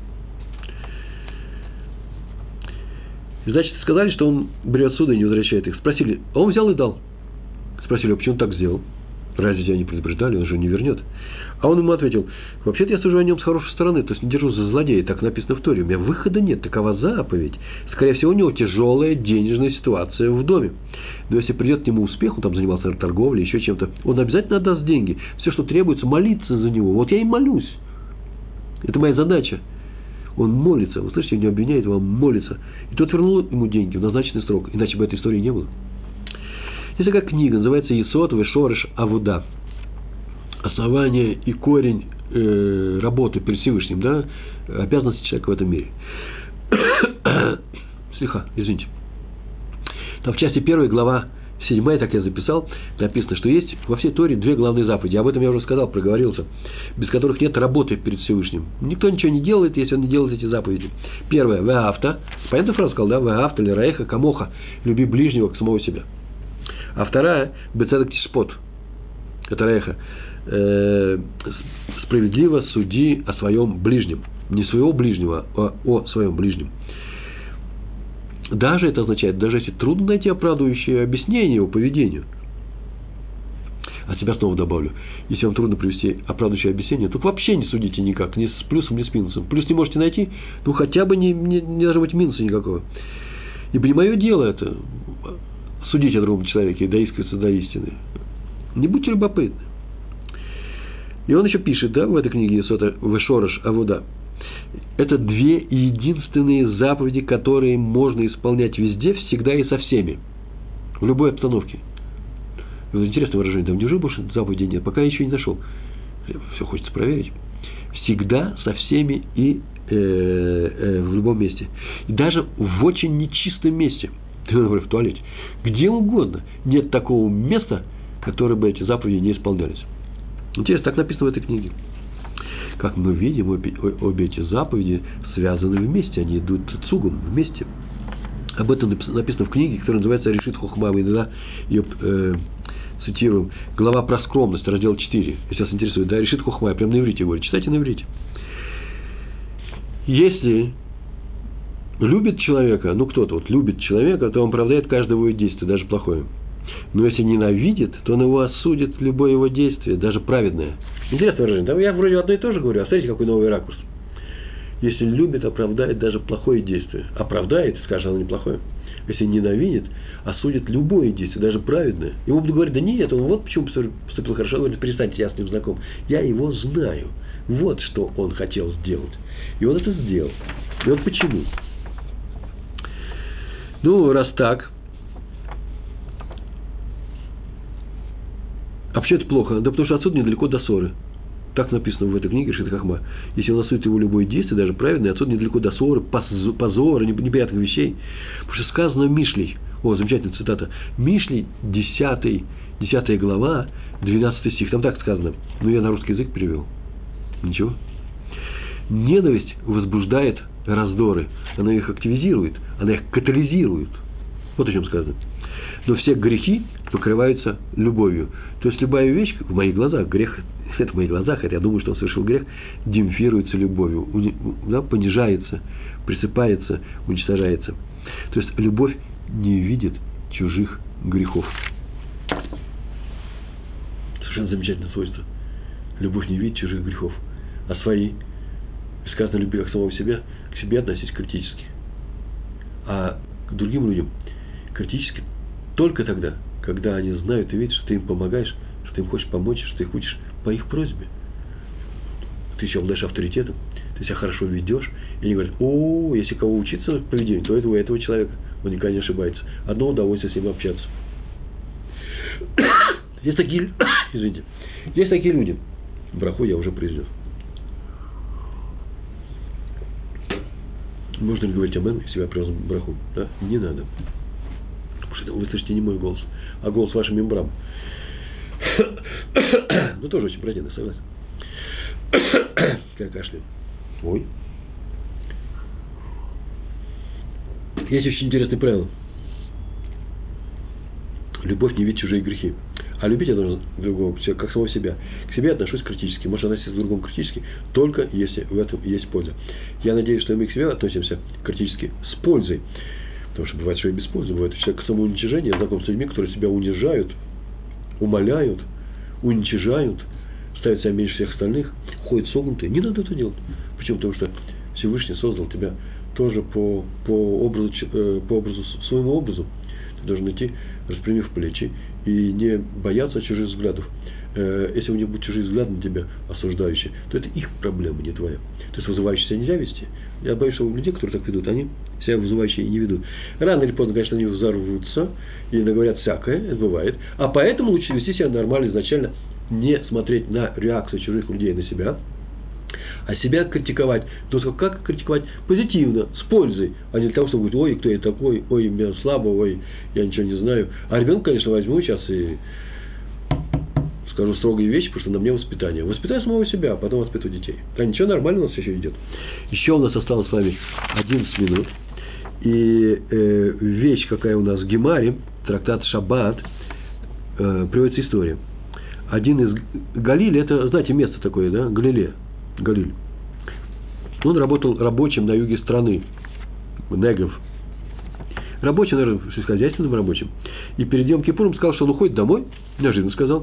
Значит, сказали, что он берет суды и не возвращает их. Спросили, а он взял и дал. Спросили, а почему он так сделал? Разве тебя не предупреждали, он же не вернет. А он ему ответил, вообще-то я сужу о нем с хорошей стороны, то есть не держу за злодея, так написано в Торе. У меня выхода нет, такова заповедь. Скорее всего, у него тяжелая денежная ситуация в доме. Но если придет к нему успех, он там занимался наверное, торговлей, еще чем-то, он обязательно отдаст деньги. Все, что требуется, молиться за него. Вот я и молюсь. Это моя задача. Он молится, вы слышите, не обвиняет его, он молится. И тот вернул ему деньги в назначенный срок, иначе бы этой истории не было. Есть такая книга, называется «Есот вешореш авуда». Основание и корень э, работы перед Всевышним, да, обязанности человека в этом мире. Слиха, извините. Там в части первой, глава седьмая, так я записал, написано, что есть во всей Торе две главные заповеди. Об этом я уже сказал, проговорился, без которых нет работы перед Всевышним. Никто ничего не делает, если он не делает эти заповеди. Первое, веавта. Понятно фраза сказал, да? Веавта или раеха камоха. Люби ближнего как самого себя. А вторая, бецедек тишпот. Это раеха. Э, справедливо суди о своем ближнем. Не своего ближнего, а о своем ближнем. Даже это означает, даже если трудно найти оправдывающее объяснение его поведению. От себя снова добавлю. Если вам трудно привести оправдывающее объяснение, то вообще не судите никак, ни с плюсом, ни с минусом. Плюс не можете найти, ну хотя бы не, не, не должно быть минуса никакого. Ибо не мое дело это судить о другом человеке и доискиваться до истины. Не будьте любопытны. И он еще пишет, да, в этой книге Есота Вешореш Авуда. Это две единственные заповеди, которые можно исполнять везде, всегда и со всеми. В любой обстановке. И вот интересное выражение. Там неужели больше заповедей нет? Пока я еще не нашел. Все хочется проверить. Всегда, со всеми и э, э, в любом месте. И даже в очень нечистом месте. Например, в туалете. Где угодно. Нет такого места, которое бы эти заповеди не исполнялись. Интересно, так написано в этой книге. Как мы видим, обе, обе эти заповеди связаны вместе, они идут цугом вместе. Об этом написано в книге, которая называется «Решит Хохма». Мы иногда ее э, цитируем. Глава про скромность, раздел четыре. Если вас интересует, да, «Решит Хохма». Я прямо на иврите говорю. Читайте на иврите. Если любит человека, ну кто-то вот любит человека, то он оправдает каждое его действие, даже плохое. Но если ненавидит, то он его осудит любое его действие, даже праведное. Интересное выражение. Да, я вроде одно и то же говорю, а смотрите, какой новый ракурс. Если любит, оправдает даже плохое действие. Оправдает, скажет, оно неплохое. Если ненавидит, осудит любое действие, даже праведное. Ему будут говорить, да нет, он вот почему поступил хорошо. Он говорит, перестаньте, я с ним знаком. Я его знаю. Вот что он хотел сделать. И он это сделал. И вот почему. Ну, раз так. А почему это плохо? Да потому что отсюда недалеко до ссоры. Так написано в этой книге Решит Хахма. Если он осудит его любое действие, даже праведное, отсюда недалеко до ссоры, позора, неприятных вещей. Потому что сказано Мишлей. О, замечательная цитата. Мишлей, десятая глава, двенадцатый стих. Там так сказано. Ну, я на русский язык перевел. Ничего. Ненависть возбуждает раздоры. Она их активизирует. Она их катализирует. Вот о чем сказано. Но все грехи покрываются любовью. То есть, любая вещь, в моих глазах, грех, это в моих глазах, это я думаю, что он совершил грех, демпфируется любовью, да, понижается, присыпается, уничтожается. То есть, любовь не видит чужих грехов. Совершенно замечательное свойство. Любовь не видит чужих грехов, а свои. Сказано, люби как самого себя, к себе относись критически. А к другим людям критически только тогда, когда они знают и видят, что ты им помогаешь, что ты им хочешь помочь, что ты их учишь по их просьбе. Ты еще обладаешь авторитетом, ты себя хорошо ведешь, и они говорят, о, если кого учиться поведению, то это у этого человека, он никогда не ошибается. Одно удовольствие с ним общаться. Есть такие, извините, есть такие люди. Браху я уже произнес. Можно ли говорить об этом, если я привез браху? Да? Не надо. Потому что вы слышите не мой голос, а голос вашей мембраны. Ну, тоже очень противно, согласен. Как кашляю. Ой. Есть очень интересное правило. Любовь не видит чужие грехи. А любить я должен другого, как самого себя. К себе отношусь критически. Можно относиться к другому критически, только если в этом есть польза. Я надеюсь, что мы к себе относимся критически с пользой. Потому что бывает, что и без пользы. Бывает человек самоуничижение. Я знаком с людьми, которые себя унижают, умаляют, уничижают, ставят себя меньше всех остальных, ходят согнутые. Не надо это делать. Почему? Потому что Всевышний создал тебя тоже по, по, образу, по образу, своему образу. Ты должен идти, распрямив плечи, и не бояться чужих взглядов. Если у них будут чужие взгляды на тебя, осуждающие, то это их проблема, не твоя. То есть, вызывающие себя нельзя вести. Я боюсь, что у людей, которые так ведут, они себя вызывающие и не ведут. Рано или поздно, конечно, они взорвутся и наговорят всякое, это бывает. А поэтому лучше вести себя нормально изначально, не смотреть на реакцию чужих людей на себя, а себя критиковать. Но как критиковать? Позитивно, с пользой, а не для того, чтобы говорить, ой, кто я такой, ой, меня слабо, ой, я ничего не знаю. А ребенка, конечно, возьму сейчас и скажу строгие вещи, потому что на мне воспитание. Воспитаю самого себя, а потом воспитываю детей. Да ничего, нормально у нас еще идет. Еще у нас осталось с вами одиннадцать минут. И э, вещь, какая у нас в Гемаре, трактат Шаббат, э, приводится история. Один из Галиль, это, знаете, место такое, да, Галилея. Галиль. Он работал рабочим на юге страны, Негев. Рабочим, наверное, сельскохозяйственным рабочим. И перед Йом-Кипуром сказал, что он уходит домой. Неожиданно сказал.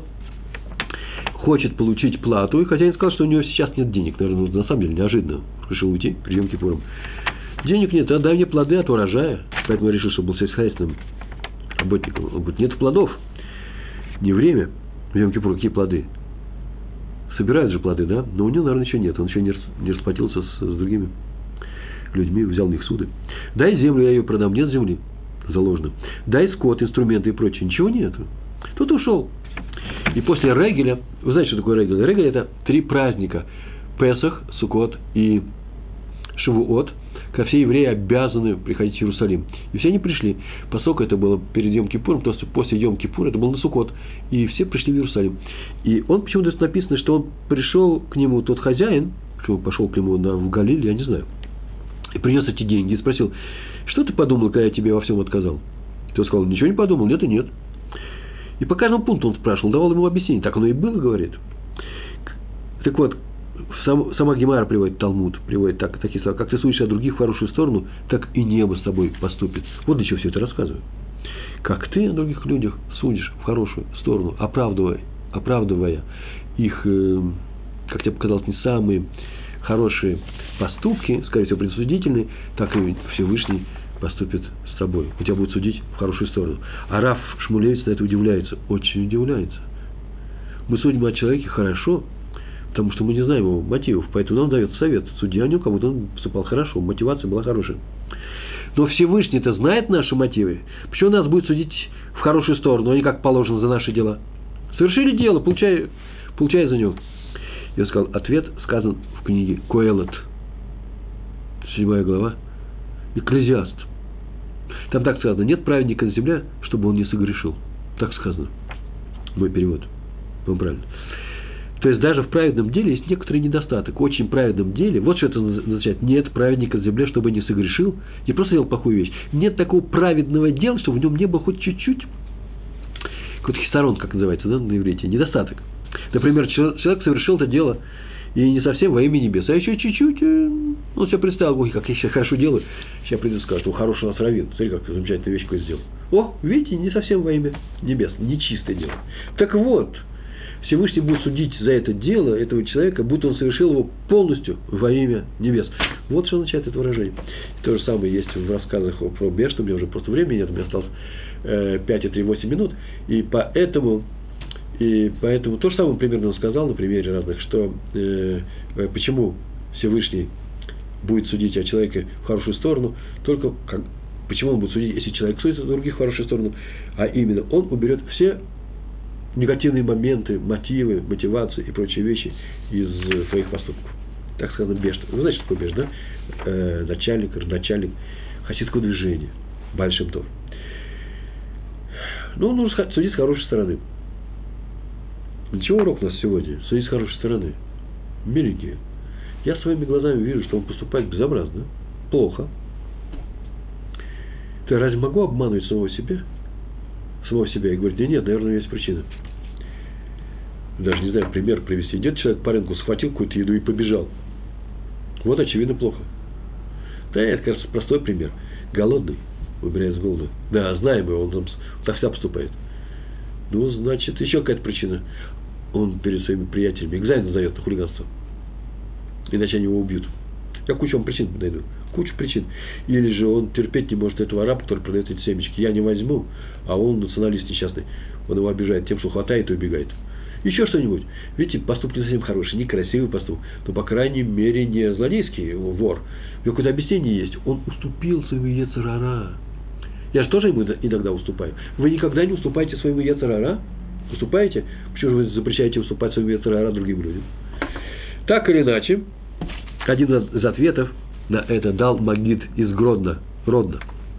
Хочет получить плату. И хозяин сказал, что у него сейчас нет денег. Наверное, на самом деле неожиданно. Решил уйти перед Йом-Кипуром. Денег нет, отдай мне плоды от урожая. Поэтому я решил, что был сельскохозяйственным работником. Он говорит, нет плодов. Не время. В Йом-Кипур какие плоды? Собирают же плоды, да? Но у него, наверное, еще нет. Он еще не расплатился с, с другими людьми, взял у них суды. Дай землю, я ее продам. Нет земли. Заложено. Дай скот, инструменты и прочее. Ничего нету. Тут ушел. И после Регеля, вы знаете, что такое Регель? Регель – это три праздника. Песах, Суккот и Шавуот. Когда все евреи обязаны приходить в Иерусалим. И все они пришли. Поскольку это было перед Йом-Кипуром, то есть после Йом-Кипура это был на Суккот. И все пришли в Иерусалим. И он, почему-то написано, что он пришел к нему, тот хозяин, что пошел к нему на, в Галиль, я не знаю, и принес эти деньги и спросил, что ты подумал, когда я тебе во всем отказал? Тот сказал, ничего не подумал, нет и нет. И по каждому пункту он спрашивал, давал ему объяснение. Так оно и было, говорит. Так вот, Сам, сама Гемара приводит, Талмуд приводит так, такие слова. Как ты судишь о других в хорошую сторону, так и небо с тобой поступит. Вот для чего все это рассказываю. Как ты о других людях судишь в хорошую сторону, оправдывая, оправдывая их, э, как тебе показалось, не самые хорошие поступки, скорее всего, предосудительные, так и Всевышний поступит с тобой. У тебя будет судить в хорошую сторону. А Рав Шмулевич на это удивляется. Очень удивляется. Мы судим о человеке хорошо, потому что мы не знаем его мотивов. Поэтому нам дает совет. Суди о нем, как будто он поступал хорошо. Мотивация была хорошая. Но Всевышний-то знает наши мотивы. Почему нас будет судить в хорошую сторону, а не как положено за наши дела? Совершили дело, получай, получай за него. Я сказал, ответ сказан в книге Коэлет, седьмая глава, Экклезиаст. Там так сказано, нет праведника на земле, чтобы он не согрешил. Так сказано. Мой перевод. Ну, правильно. То есть, даже в праведном деле есть некоторый недостаток. В очень праведном деле, вот что это означает, нет праведника на земле, чтобы не согрешил, не просто делал плохую вещь. Нет такого праведного дела, чтобы в нем не было хоть чуть-чуть, какой-то хисарон, как называется, да, на иврите, недостаток. Например, человек совершил это дело, и не совсем во имя небес, а еще чуть-чуть, он себе представил, ой, как я сейчас хорошо делаю, сейчас приду и скажу, что хороший у нас раввин, смотри, как замечательную вещь какую сделал. О, видите, не совсем во имя небес, нечистое дело. Так вот, Всевышний будет судить за это дело этого человека, будто он совершил его полностью во имя небес. Вот что означает это выражение. То же самое есть в рассказах про Бешт, у меня уже просто времени нет, у меня осталось пять и три восемь минут, и поэтому... И поэтому то же самое примерно он сказал на примере разных, что э, почему Всевышний будет судить о человеке в хорошую сторону, только как, почему он будет судить, если человек судит о других в хорошую сторону, а именно он уберет все негативные моменты, мотивы, мотивации и прочие вещи из своих поступков. Так сказано Бешт. Вы знаете, что такое Бешт, да? Э, начальник, родоначальник хасидского движения, Бааль Шем Тов. Ну, нужно судить с хорошей стороны. Для чего урок у нас сегодня? Судить с хорошей стороны. Миленькие. Я своими глазами вижу, что он поступает безобразно. Плохо. То я разве могу обманывать самого себя? Самого себя и говорить, да нет, наверное, есть причина. Даже не знаю, пример привести. Идет человек по рынку, схватил какую-то еду и побежал. Вот, очевидно, плохо. Да, это, кажется, простой пример. Голодный, умирает с голода. Да, знаем его, он там так всегда поступает. Ну, значит, еще какая-то причина. Он перед своими приятелями экзамен сдает на хулиганство. Иначе они его убьют. Я кучу вам причин найду. Кучу причин. Или же он терпеть не может этого араба, который продает эти семечки. Я не возьму, а он националист несчастный. Он его обижает тем, что хватает и убегает. Еще что-нибудь. Видите, поступок не совсем хороший, некрасивый поступок. Но, по крайней мере, не злодейский вор. У него какое-то объяснение есть. Он уступил своему йецер ара. Я же тоже ему иногда уступаю. Вы никогда не уступаете своему йецер ара? Уступаете? Почему же вы запрещаете уступать своему йецер ара другим людям? Так или иначе, один из ответов на это дал Магид из Гродно. Родно.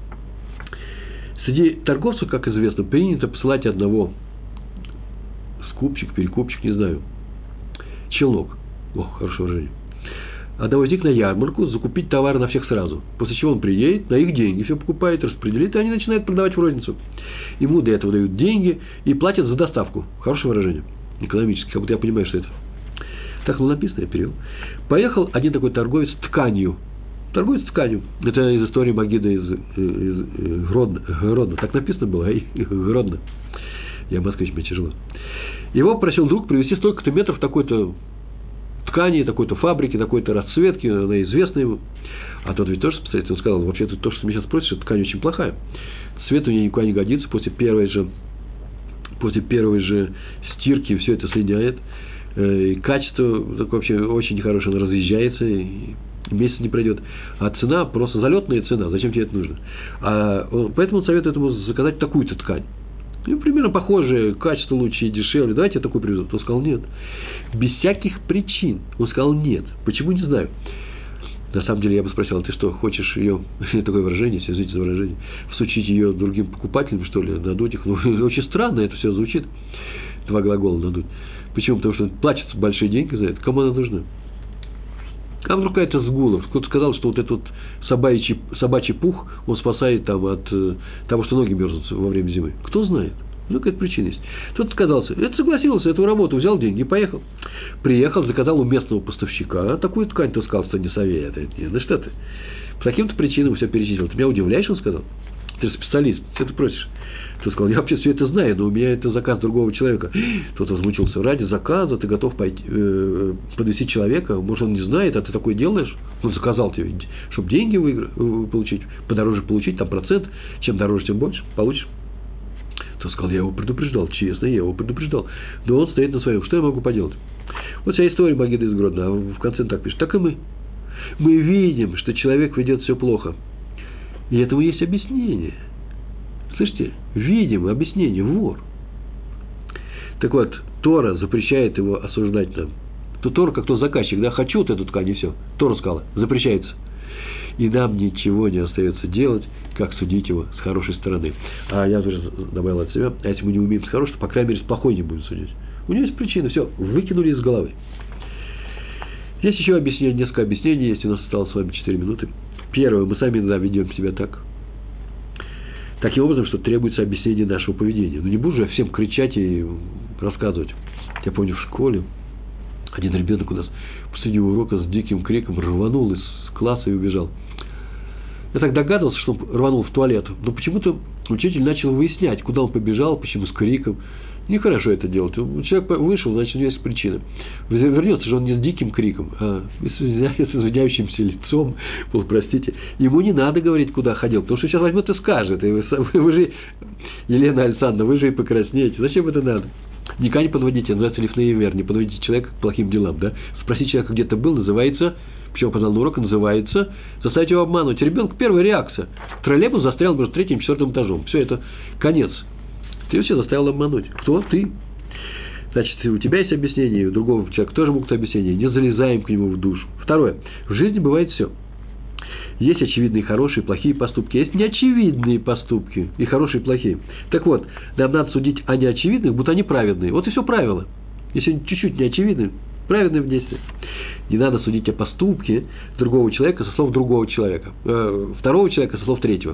Среди торговцев, как известно, принято посылать одного скупщик, перекупщик, не знаю, челнок. О, хорошее выражение. Одного из них на ярмарку закупить товары на всех сразу. После чего он приедет, на их деньги все покупает, распределит, и они начинают продавать в розницу. Ему для этого дают деньги и платят за доставку. Хорошее выражение. Экономически, как будто я понимаю, что это. Так было написано, я перевел. Поехал один такой торговец тканью. Торговец тканью. Это из истории Магида из, из, из Гродно. Гродно. Так написано было, ай, Гродно. Я москвич, мне тяжело. Его просил друг привезти столько-то метров такой-то ткани, такой-то фабрики, такой-то расцветки, она известна ему. А тот ведь тоже специалист, он сказал, вообще-то то, что ты меня сейчас просишь, ткань очень плохая. Цвет у нее никуда не годится, после первой же, после первой же стирки все это слиняет. И качество такое вообще очень нехорошее, оно разъезжается, и месяц не пройдет. А цена просто залетная цена, зачем тебе это нужно? А он, поэтому он советует ему заказать такую-то ткань. Ну, примерно похожее, качество лучше и дешевле. Давайте я такой привезу. Он сказал нет. Без всяких причин. Он сказал нет. Почему, не знаю. На самом деле, я бы спросил, а ты что, хочешь ее, такое выражение, извините за выражение, всучить ее другим покупателям, что ли, надуть их? Ну, очень странно это все звучит. Два глагола надуть. Почему? Потому что он платит большие деньги за это. Кому она нужна? А вдруг какая-то сгула. Кто-то сказал, что вот этот собачий, собачий пух, он спасает там от того, что ноги мерзнут во время зимы. Кто знает? Ну, какая-то причина есть. Кто-то отказался. Это согласился, эту работу, взял деньги и поехал. Приехал, заказал у местного поставщика. А такую ткань ты сказал, что не советует. Ну, что ты? По таким-то причинам все перечислил. Ты меня удивляешь, он сказал? Ты же специалист, что ты просишь? Ты сказал, я вообще все это знаю, но у меня это заказ другого человека. Тот возмутился, ради заказа ты готов пойти, э, подвести человека, может, он не знает, а ты такое делаешь? Он заказал тебе, чтобы деньги выиграть, получить, подороже получить, там процент, чем дороже, тем больше получишь. Тот сказал, я его предупреждал, честно, я его предупреждал. Но он стоит на своем, что я могу поделать? Вот вся история Магида из Гродно, а в конце так пишет, так и мы. Мы видим, что человек ведет все плохо. И этому есть объяснение. Слышите? Видим объяснение, вор. Так вот, Тора запрещает его осуждать нам. То Тора, как тот заказчик, да, хочу вот эту ткань, и все. Тора сказала, запрещается. И нам ничего не остается делать, как судить его с хорошей стороны. А я тоже добавил от себя, а если мы не умеем с хорошей, то, по крайней мере, с плохой не будем судить. У него есть причина, все, выкинули из головы. Есть еще объяснение, несколько объяснений, есть у нас осталось с вами четыре минуты. Первое, мы сами иногда ведем себя так. Таким образом, что требуется объяснение нашего поведения. Ну, не буду же всем кричать и рассказывать. Я помню, в школе один ребенок у нас посреди урока с диким криком рванул из класса и убежал. Я так догадывался, что он рванул в туалет. Но почему-то учитель начал выяснять, куда он побежал, почему с криком. Нехорошо это делать. Человек вышел, значит, у него есть причина. Вернется же он не с диким криком, а с извиняющимся лицом. Простите. Ему не надо говорить, куда ходил, потому что сейчас возьмет и скажет. И вы, вы же, Елена Александровна, вы же и покраснеете. Зачем это надо? Никогда не подводите, называется лифнеевер, не подводите человека к плохим делам. Да? Спросить человека, где ты был, называется, почему опоздал на урок, называется заставить его обмануть. Ребенок, первая реакция. Троллейбус застрял между третьим и четвертым этажом. Все, это конец. Ты все заставил обмануть. Кто? Ты. Значит, у тебя есть объяснение, и у другого человека тоже могут объяснения. Не залезаем к нему в душу. Второе. В жизни бывает все. Есть очевидные хорошие и плохие поступки. Есть неочевидные поступки. И хорошие, и плохие. Так вот, нам надо судить о неочевидных, будто они праведные. Вот и все правило. Если чуть-чуть неочевидны, праведные в действии. Не надо судить о поступке другого человека со слов другого человека. Э, второго человека со слов третьего.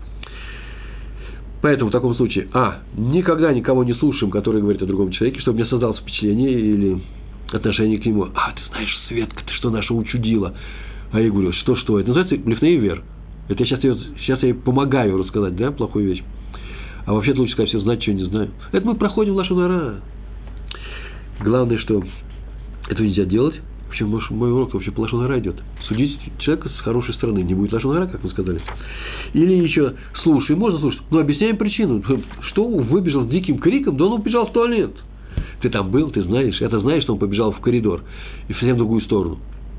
Поэтому в таком случае, а, никогда никого не слушаем, который говорит о другом человеке, чтобы не создалось впечатление или отношение к нему. А, ты знаешь, Светка, ты что наша учудила? А я говорю, что-что? Это называется лифнеевер. Это я сейчас, я, сейчас я ей помогаю рассказать, да, плохую вещь. А вообще-то лучше сказать, все знать, что я не знаю. Это мы проходим лашон ара. Главное, что этого нельзя делать. Вообще, мой урок вообще по лашон ара идет. Судить человека с хорошей стороны. Не будет лашон ара, как мы сказали. Или еще, слушай, можно слушать, но объясняем причину. Что выбежал с диким криком? Да он убежал в туалет. Ты там был, ты знаешь. Я-то знаю, что он побежал в коридор. И в совсем другую сторону.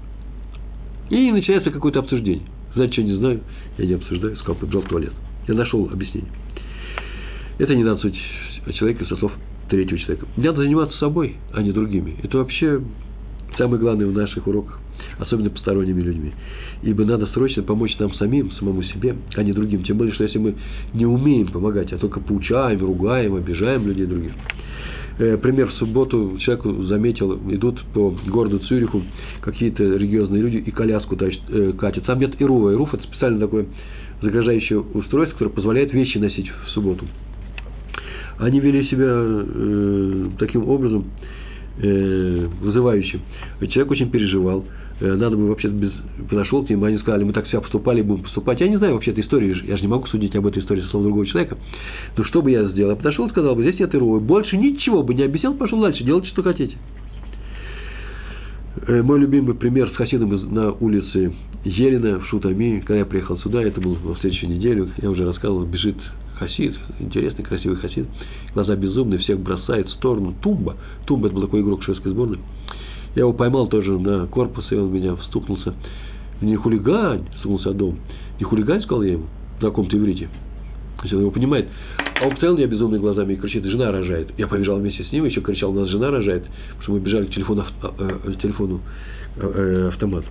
И начинается какое-то обсуждение. Знаете, что не знаю? Я не обсуждаю. Сказал, побежал в туалет. Я нашел объяснение. Это не надо судить о человеке со слов третьего человека. Надо заниматься собой, а не другими. Это вообще самое главное в наших уроках. Особенно посторонними людьми. Ибо надо срочно помочь нам самим, самому себе, а не другим. Тем более, что если мы не умеем помогать, а только поучаем, ругаем, обижаем людей других. Э, пример, в субботу человек заметил, идут по городу Цюриху какие-то религиозные люди и коляску тащат, э, катят. Там нет ируфа. Ируф – это специально такое заграждающее устройство, которое позволяет вещи носить в субботу. Они вели себя э, таким образом, э, вызывающим. Человек очень переживал. Надо бы вообще без... подошел к ним, они сказали, мы так себя поступали, будем поступать. Я не знаю вообще этой истории, я же не могу судить об этой истории со слов другого человека. Но что бы я сделал? Я подошел и сказал бы, здесь нет ируфа. Больше ничего бы не объяснял, пошел дальше, делайте, что хотите. Мой любимый пример с хасидом на улице Елена в Шутами, когда я приехал сюда, это было в следующую неделю, я уже рассказывал, бежит хасид, интересный, красивый хасид, глаза безумные, всех бросает в сторону. Тумба, Тумба, это был такой игрок шведской сборной. Я его поймал тоже на корпус, и он меня встукнулся. Не хулигань, стукнулся о дом. Не хулигань, сказал я ему, на каком-то иврите. То есть он его понимает. А он постоянно меня безумными глазами и кричит, жена рожает. Я побежал вместе с ним, еще кричал, у нас жена рожает, потому что мы бежали к телефону, к телефону автомат.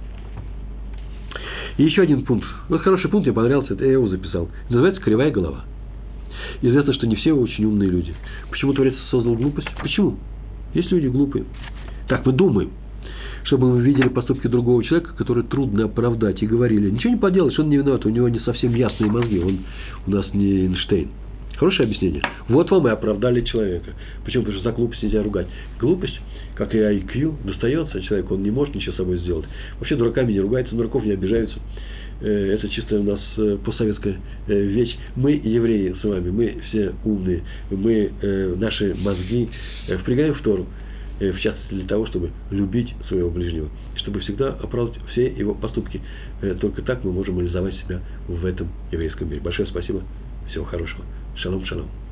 И еще один пункт. Вот хороший пункт, мне понравился, это я его записал. Называется «Кривая голова». Известно, что не все очень умные люди. Почему Творец создал глупость? Почему? Есть люди глупые. Так мы думаем, чтобы мы видели поступки другого человека, которые трудно оправдать, и говорили, ничего не поделаешь, он не виноват, у него не совсем ясные мозги, он у нас не Эйнштейн. Хорошее объяснение. Вот вам и оправдали человека. Почему? Потому что за глупость нельзя ругать. Глупость, как и ай кью, достается человеку, он не может ничего с собой сделать. Вообще дураками не ругаются, дураков не обижаются. это чисто у нас постсоветская вещь. Мы, евреи с вами, мы все умные, мы наши мозги впрягаем в Тору, в частности для того, чтобы любить своего ближнего, чтобы всегда оправдывать все его поступки. Только так мы можем реализовать себя в этом еврейском мире. Большое спасибо, всего хорошего. Шалом, шалом.